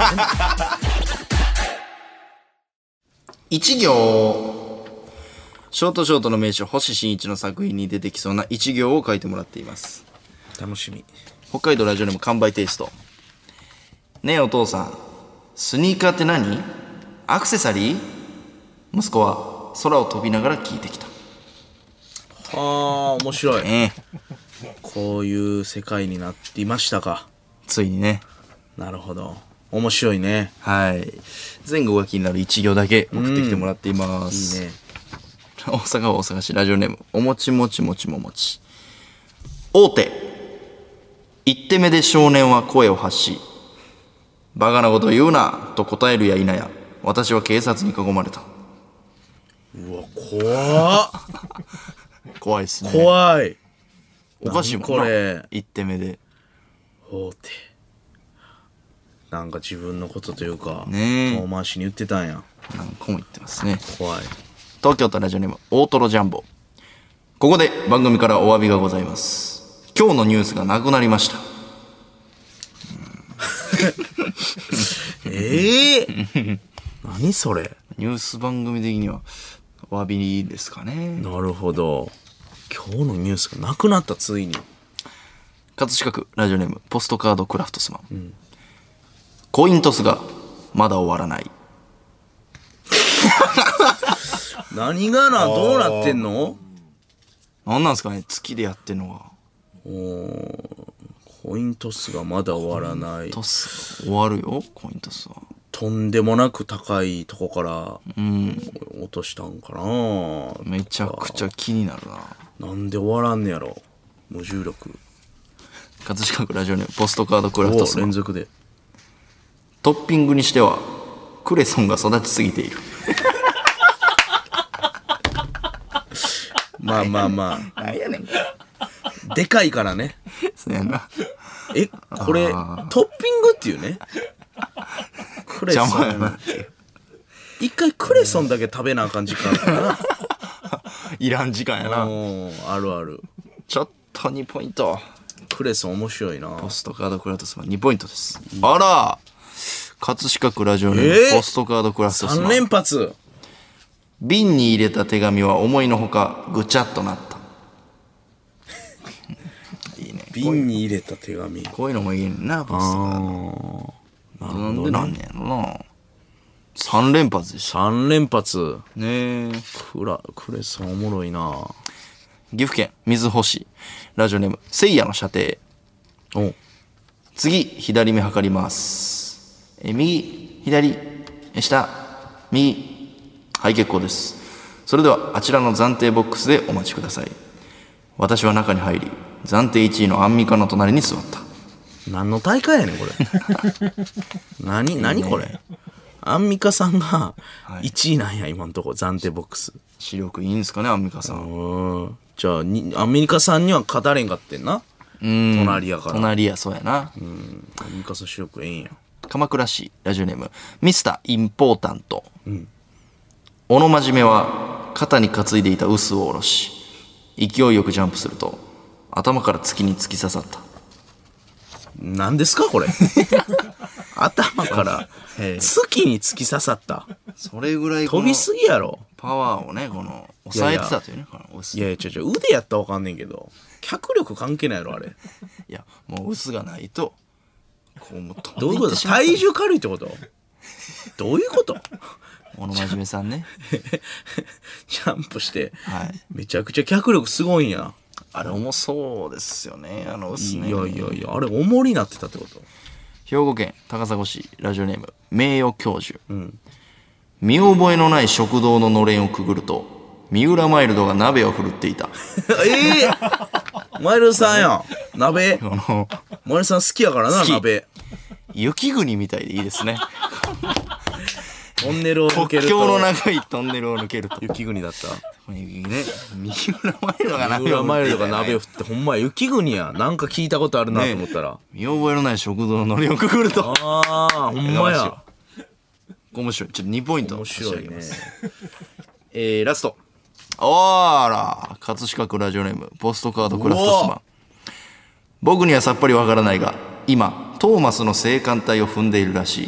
一行。ショートショートの名手星新一の作品に出てきそうな一行を書いてもらっています。 楽しみ。 北海道ラジオネーム完売テイスト。ねえお父さん、スニーカーって何？アクセサリー？息子は空を飛びながら聞いてきた。 はあ、面白い。 ええ、 こういう世界になっていましたか。 ついにね。 なるほど。面白いね。 はい。前後が気になる一行だけ送ってきてもらっています。 いいね。 大阪は大阪市ラジオネームおもちもちもちももち。大手一手目で少年は声を発し、バカなこと言うなと答えるや否や、私は警察に囲まれた。 うわ、怖っ。 怖いですね。 怖い。 おかしいもんな。 何これ一手目で大手。なんか自分のことというか、 ねえ遠回しに言ってたんや。 何個も言ってますね。 怖い。 東京都ラジオネーム大トロジャンボ。ここで番組からお詫びがございます。今日のニュースがなくなりました。 ええー、何それ。 ニュース番組的にはお詫びですかね。 なるほど。今日のニュースがなくなった、ついに。 葛飾区ラジオネームポストカードクラフトスマン、うん、コイントスがまだ終わらない。 何がな、どうなってんの？ 何なんすかね、月でやってんのが。 おコイントスがまだ終わらない。 トス終わるよ、コイントスは。 とんでもなく高いとこからうん落としたんかな。 めちゃくちゃ気になるな。 なんで終わらんねやろ、無重力。 葛飾区ラジオネームポストカードクラフトスマン。 連続で。 トッピングにしてはクレソンが育ちすぎている。 まあまあまあ。 なんやねん。 でかいからね。 そうやな。 え、これトッピングっていうね。クレソン。一回クレソンだけ食べなあかん時間あるからな。 いらん時間やな。 あるある。 ちょっとにポイント。 クレソン面白いな。 ポストカードクラフトスマンにポイントです。あら、葛飾区ラジオネーム、えー、ポストカードクラフトスマンさん連発。 瓶に入れた手紙は思いのほかぐちゃっとなった。いいね。 瓶に入れた手紙。 こういうのもいいねんな、ポストカード。なんでなんねやろな。さん連発でした。 さん連発。 ねえ。 クラ、クレソンおもろいな。 岐阜県水星ラジオネームせいやの射程。 お次左目測ります。え右左下右、はい結構です。それではあちらの暫定ボックスでお待ちください。私は中に入り暫定いちいのアンミカの隣に座った。 何の大会やねんこれ。何何これ。アンミカさんがいちいなんや、今のところ暫定ボックス。 視力いいんすかね、アンミカさん。 じゃあにアンミカさんには勝たれんかってんな。うん隣やから。 隣や、そうやな。 うんアンミカさん視力ええんや。 鎌倉市ラジオネームミスターインポータント。うん、小野真面目は肩に担いでいた臼を下ろし勢いよくジャンプすると頭から月に突き刺さった。 何ですかこれ。頭から月に突き刺さった。 それぐらい飛びすぎやろ。 パワーをねこの抑えてたというね。 いやいやちょちょ腕やったらわかんねんけど脚力関係ないやろあれ。 いやもう臼がないとこうもうどういうこと体重軽いってことどういうこと小野真面目さんねジャンプして、 はい、 めちゃくちゃ脚力すごいんや。 あれ重そうですよねあの臼ね。 いやいやいやあれ重りになってたってこと。 兵庫県高砂市ラジオネーム名誉教授、うん、見覚えのない食堂ののれんをくぐると三浦マイルドが鍋を振るっていた。 ええー、マイルドさんやん。鍋。 あのマイルドさん好きやからな、 好き鍋。 雪国みたいでいいですね。 トンネルを抜け国ると。 境の長いトンネルを抜けると。 雪国だった。 ね、三浦マイルドが三鍋を浦マイルドが振っていた鍋を振って、ほんまや雪国や。なんか聞いたことあるなと思ったら。 見覚えのない食堂の海苔をくぐると。 ああ、ほんまや。 面白い。ちょっとにポイント面白いね。 えー、ラスト。あら、葛飾区ラジオネーム、ポストカードクラフトスマン。僕にはさっぱりわからないが、今、トーマスの性感帯を踏んでいるらしい。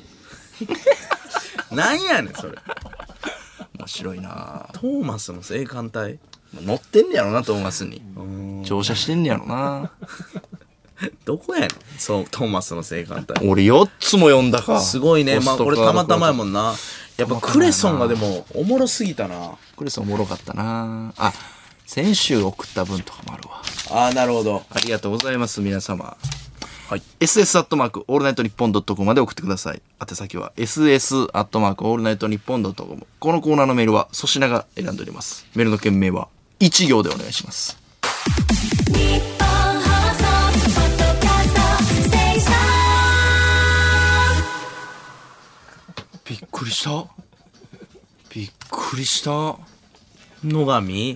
なんやねん、それ。 面白いな。 トーマスの性感帯乗ってんねやろな、トーマスに。乗車してんねやろな。 どこやねん、そう、トーマスの性感帯。 俺よっつも読んだか。 すごいね。まあ、これたまたまやもん。 んな。やっぱクレソンがでも、おもろすぎたな。 クレソンおもろかったな。あ、先週送った分とかもあるわ。 ああ、なるほど。 ありがとうございます、皆様。 はい。 エスエス アットマークオールナイトニッポンドットコムまで送ってください。宛先は エスエス アットマークオールナイトニッポンドットコム。このコーナーのメールは粗品が選んでおります。メールの件名は一行でお願いします。 日本放送ポッドキャストステーション。 びっくりした。びっくりした。 野上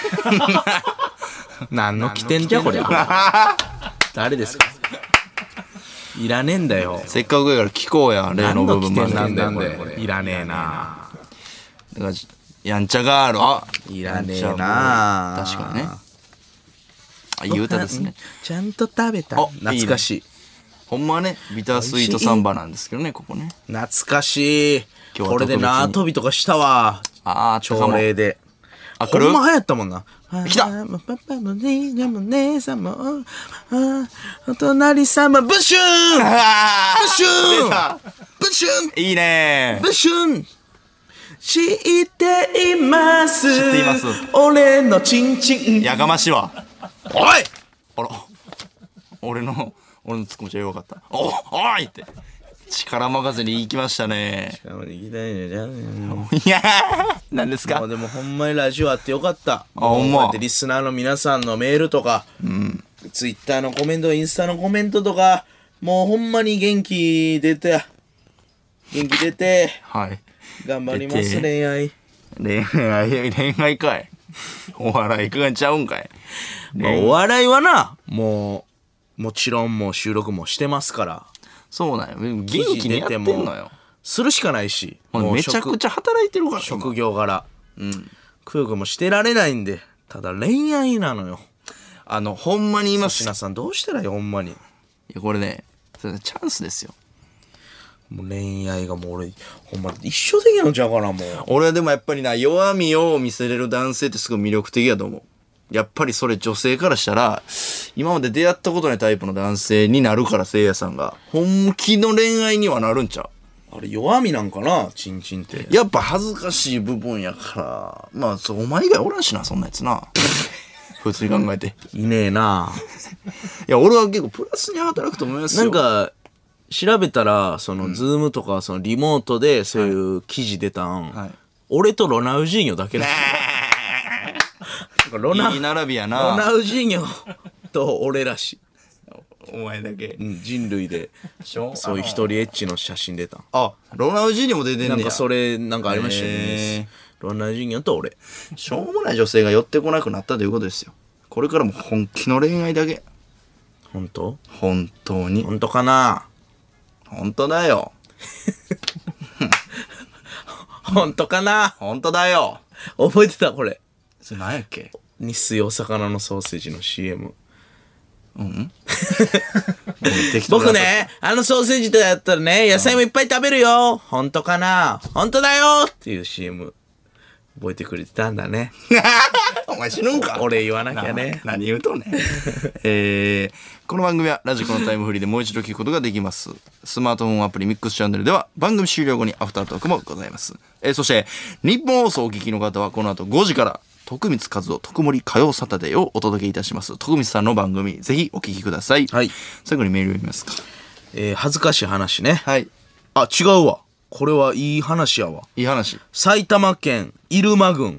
何の起点じゃこれ。誰ですか。いらねえんだよ。 せっかくやから聞こうや、例の部分まで。 何の起点なんだよこれ。いらねえな。 だからやんちゃガール。あ、 いらねえやんちゃな。 確かにね。あ、いい歌ですね。 ちゃんと食べた。 あ懐かしい。 ほんまはね、ビタースイートサンバなんですけどね、ここね。 懐かしい。 今日はこれで特別に縄跳びとかしたわ。 ああ、あったか朝も。 礼で。 あ、来るほんま流行ったもんな。 来たパパも姉ちゃんも姉さんも、あお隣さんも、ブッシューンあブッシューン出たブッシューンーいいねブッシューン知っています知っています俺のチンチン。 やかましいわ。 おいあら、俺の、俺のツッコミちゃ弱かった。お、おいって。力任せに行きましたね。いやー、何ですか。 もうでもほんまにラジオあってよかった。あ、 ほんまこうやってリスナーの皆さんのメールとか、ツイッターのコメント、インスタのコメントとか、もうほんまに元気出て、元気出て、 はい。 頑張ります出て恋愛。 恋愛、恋愛かい。お笑いいかがちゃうんかい。 まあお笑いはな、もう、もちろんもう収録もしてますから、 そうなんよ。元気にやってんのよ。 するしかないし、 もうめちゃくちゃ働いてるから。 職業柄、 うん。 くよくもしてられないんで、ただ恋愛なのよ。 あの、ほんまに言います。い粗品さんどうしたらいいほんまに。 や、これね、それチャンスですよ。 もう恋愛がもう俺、ほんま一生できるんちゃうかな、もう。 俺はでもやっぱりな、弱みを見せれる男性ってすごい魅力的やと思う。やっぱりそれ女性からしたら、今まで出会ったことないタイプの男性になるから、せいやさんが。本気の恋愛にはなるんちゃう。 あれ弱みなんかな、チンチンって。 やっぱ恥ずかしい部分やから。まあ、そう、お前以外おらんしな、そんなやつな。普通に考えて。 いねえな。 いや、俺は結構プラスに働くと思いますよ。 なんか、調べたら、その、ズームとか、その、リモートで、そういう記事出たん、 はい俺とロナウジーニョだけだ。ロナ、 いい並びやロな。 ナウジーニョと俺らしい。 お前だけ。 うん、人類で、 しょそういう一人エッチの写真出たん。 あ、ロナウジーニョも出てんねや。 なんかそれ、なんかありましたよへーね。ロナウジーニョと俺。 しょうもない女性が寄ってこなくなったということですよ。これからも本気の恋愛だけ。 本当？ 本当に。 本当かな？ 本当だよ。 本当かな？ 本当だよ。 覚えてたこれ。 それ何やっけ。 日水お魚のソーセージの シーエム。僕ね、あのソーセージとやったらね、野菜もいっぱい食べるよ。本当かな？本当だよっていう シーエム。覚えてくれてたんだね。 お前死ぬんか。 俺言わなきゃね。 な何言うとんねん。えー、この番組はラジコのタイムフリーでもう一度聞くことができます。スマートフォンアプリミックスチャンネルでは番組終了後にアフタートークもございます。えー、そして日本放送をお聞きの方はこの後ごじから徳光和夫徳森火曜サタデーをお届けいたします。徳光さんの番組ぜひお聞きください。 はい。 最後にメール読みますか。 えー、恥ずかしい話ね。 はい。 あ、違うわ。これはいい話やわ。 いい話。 埼玉県入間郡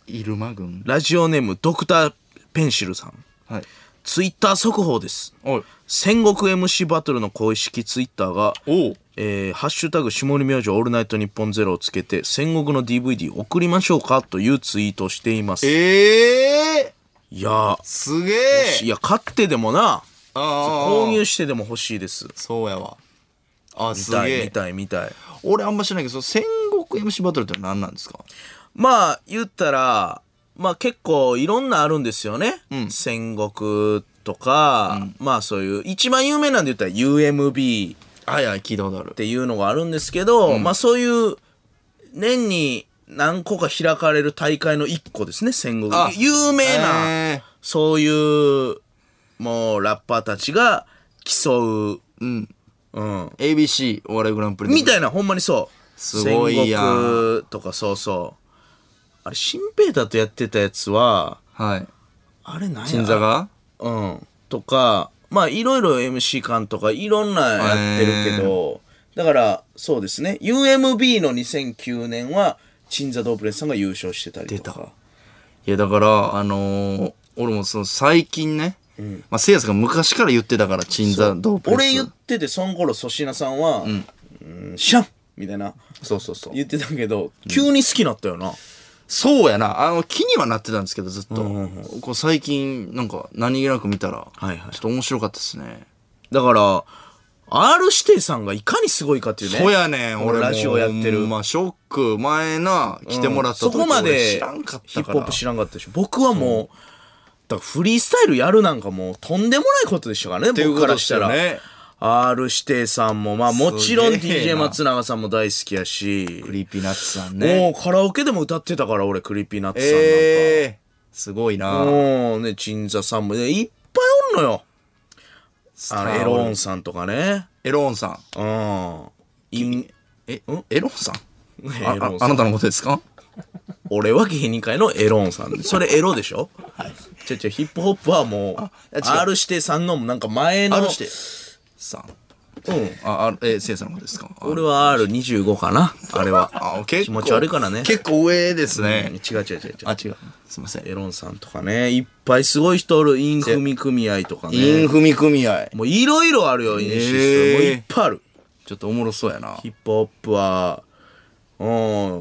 イルマ軍。 ラジオネームドクターペンシルさん。 はい。 ツイッター速報です。 おい。 戦国 エムシー バトルの公式ツイッターが、 おう。 えーハッシュタグ下り明星オールナイトニッポンゼロをつけて戦国の ディーブイディー 送りましょうかというツイートをしています。 ええいやー、 すげえ。 いや、買ってでもな、 あ購入してでも欲しいです。 そうやわ。あ、 見たい、 すげえ見。たい、見たい。 俺あんま知らないけど、その戦国 エムシー バトルって何なんですか？ まあ、言ったら、まあ結構いろんなあるんですよね。 うん戦国とか、まあそういう、一番有名なんで言ったら ユーエムビー、 はいはい、聞いたことあるっ。ていうのがあるんですけど、まあそういう年に何個か開かれる大会の一個ですね、戦国。 あ有名な、 えそういうもうラッパーたちが競う、 うん。 うん、 エービーシー お笑いグランプリで。 みたいな、ほんまにそうすごいやん戦国とか、そうそうあれ新平太とやってたやつははい。 あれ何や鎮座がうんとか、まあいろいろ エムシー 館とかいろんなやってるけど、だからそうですね ユーエムビー のにせんきゅうねんは鎮座ドープレスさんが優勝してたりとか。 いや、だから、あのー、俺もその最近ね、まあ、せいやさんが昔から言ってたから、鎮座ドープレス。 俺言っててその頃粗品さんは「うん知らん!」みたいなそうそうそう。 言ってたけど、急に好きになったよな。 そうやな。あの、気にはなってたんですけど、ずっと。こう最近、なんか、何気なく見たら、 はいはいちょっと面白かったですね。 だから R 指定さんがいかにすごいかっていうね。 そうやねん、俺も俺ラジオやってる、 まあ、ショック、前な、来てもらった時、 そこま俺で知らんかったから。 ヒップホップ知らんかったでしょ。僕はもうだからフリースタイルやるなんかもうとんでもないことでしたからね、僕からしたら。 ね。 R 指定さんもまあもちろんすげえなディージェー 松永さんも大好きやし、 クリーピーナッツさんもね。 うカラオケでも歌ってたから俺、クリーピーナッツさんなんか、 ええー、すごいな。 うんね、鎮座さんもねいっぱいおんのよ。あのエローンさんとかね。 エローンさん。 うんインえ、エローンさんエあローンさんああなたのことですか？ 俺は芸人界のエローンさん。それエロでしょ。はい。ちょちょヒップホップはもういや違う R 指定さんのなんか前の。 あるしてさん。 うん。 あ、あえ、せいやさんのことですか？ 俺は アールにじゅうご かな。あれは。 あ、結構気持ち悪いからね。 結構上ですうんね。 違う違う違う違う。 あ、違う。すいません。 エロンさんとかね、いっぱいすごい人おる。インフミ組合とかイね。 ンフミ組合。 もういろいろあるよ、インシスト。 へーもういっぱいある。 ちょっとおもろそうやな。 ヒップホップは、うん、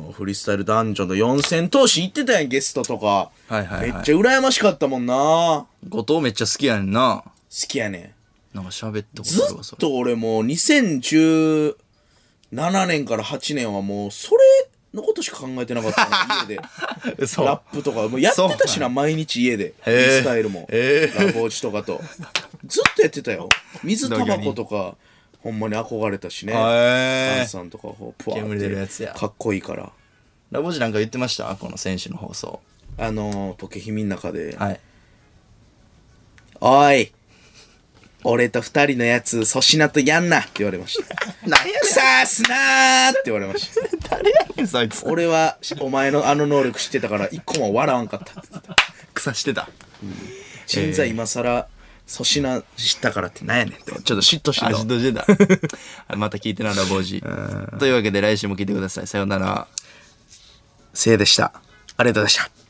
フリースタイルダンジョンの四千頭身行ってたやん、ゲストとか。 はいはいはいめっちゃ羨ましかったもんな。好後藤めっちゃ好きやねんな。 きやねん。 なんか喋ったこずとあるわ、それ。 っと俺もうにせんじゅうななねんからはちねんはもうそれのことしか考えてなかったな、家で。 嘘ラップとかもうやってたしな、毎日家で。フリースタイルも。 へラボーチとかと。ずっとやってたよ。水タバコとか、ほんまに憧れたしね。 へパーンさんとか、こうプワ煙出るやつやーってかっこいいから。 ラボジなんか言ってましたこの選手の放送。 あのー、ポケヒミの中で、 はい。 おい、俺と二人のやつ、粗品とやんなって言われました。 何やさーすなーって言われました。 誰やねん、そいつ。 俺はお前のあの能力知ってたから一個も笑わんかった。 草してた。 鎮座今更粗品知ったからってなんやねんってちょっと嫉妬してあ、 た嫉妬してた。また聞いてな、ラボジ。というわけで来週も聞いてください。さようなら。 せいでした。ありがとうございました。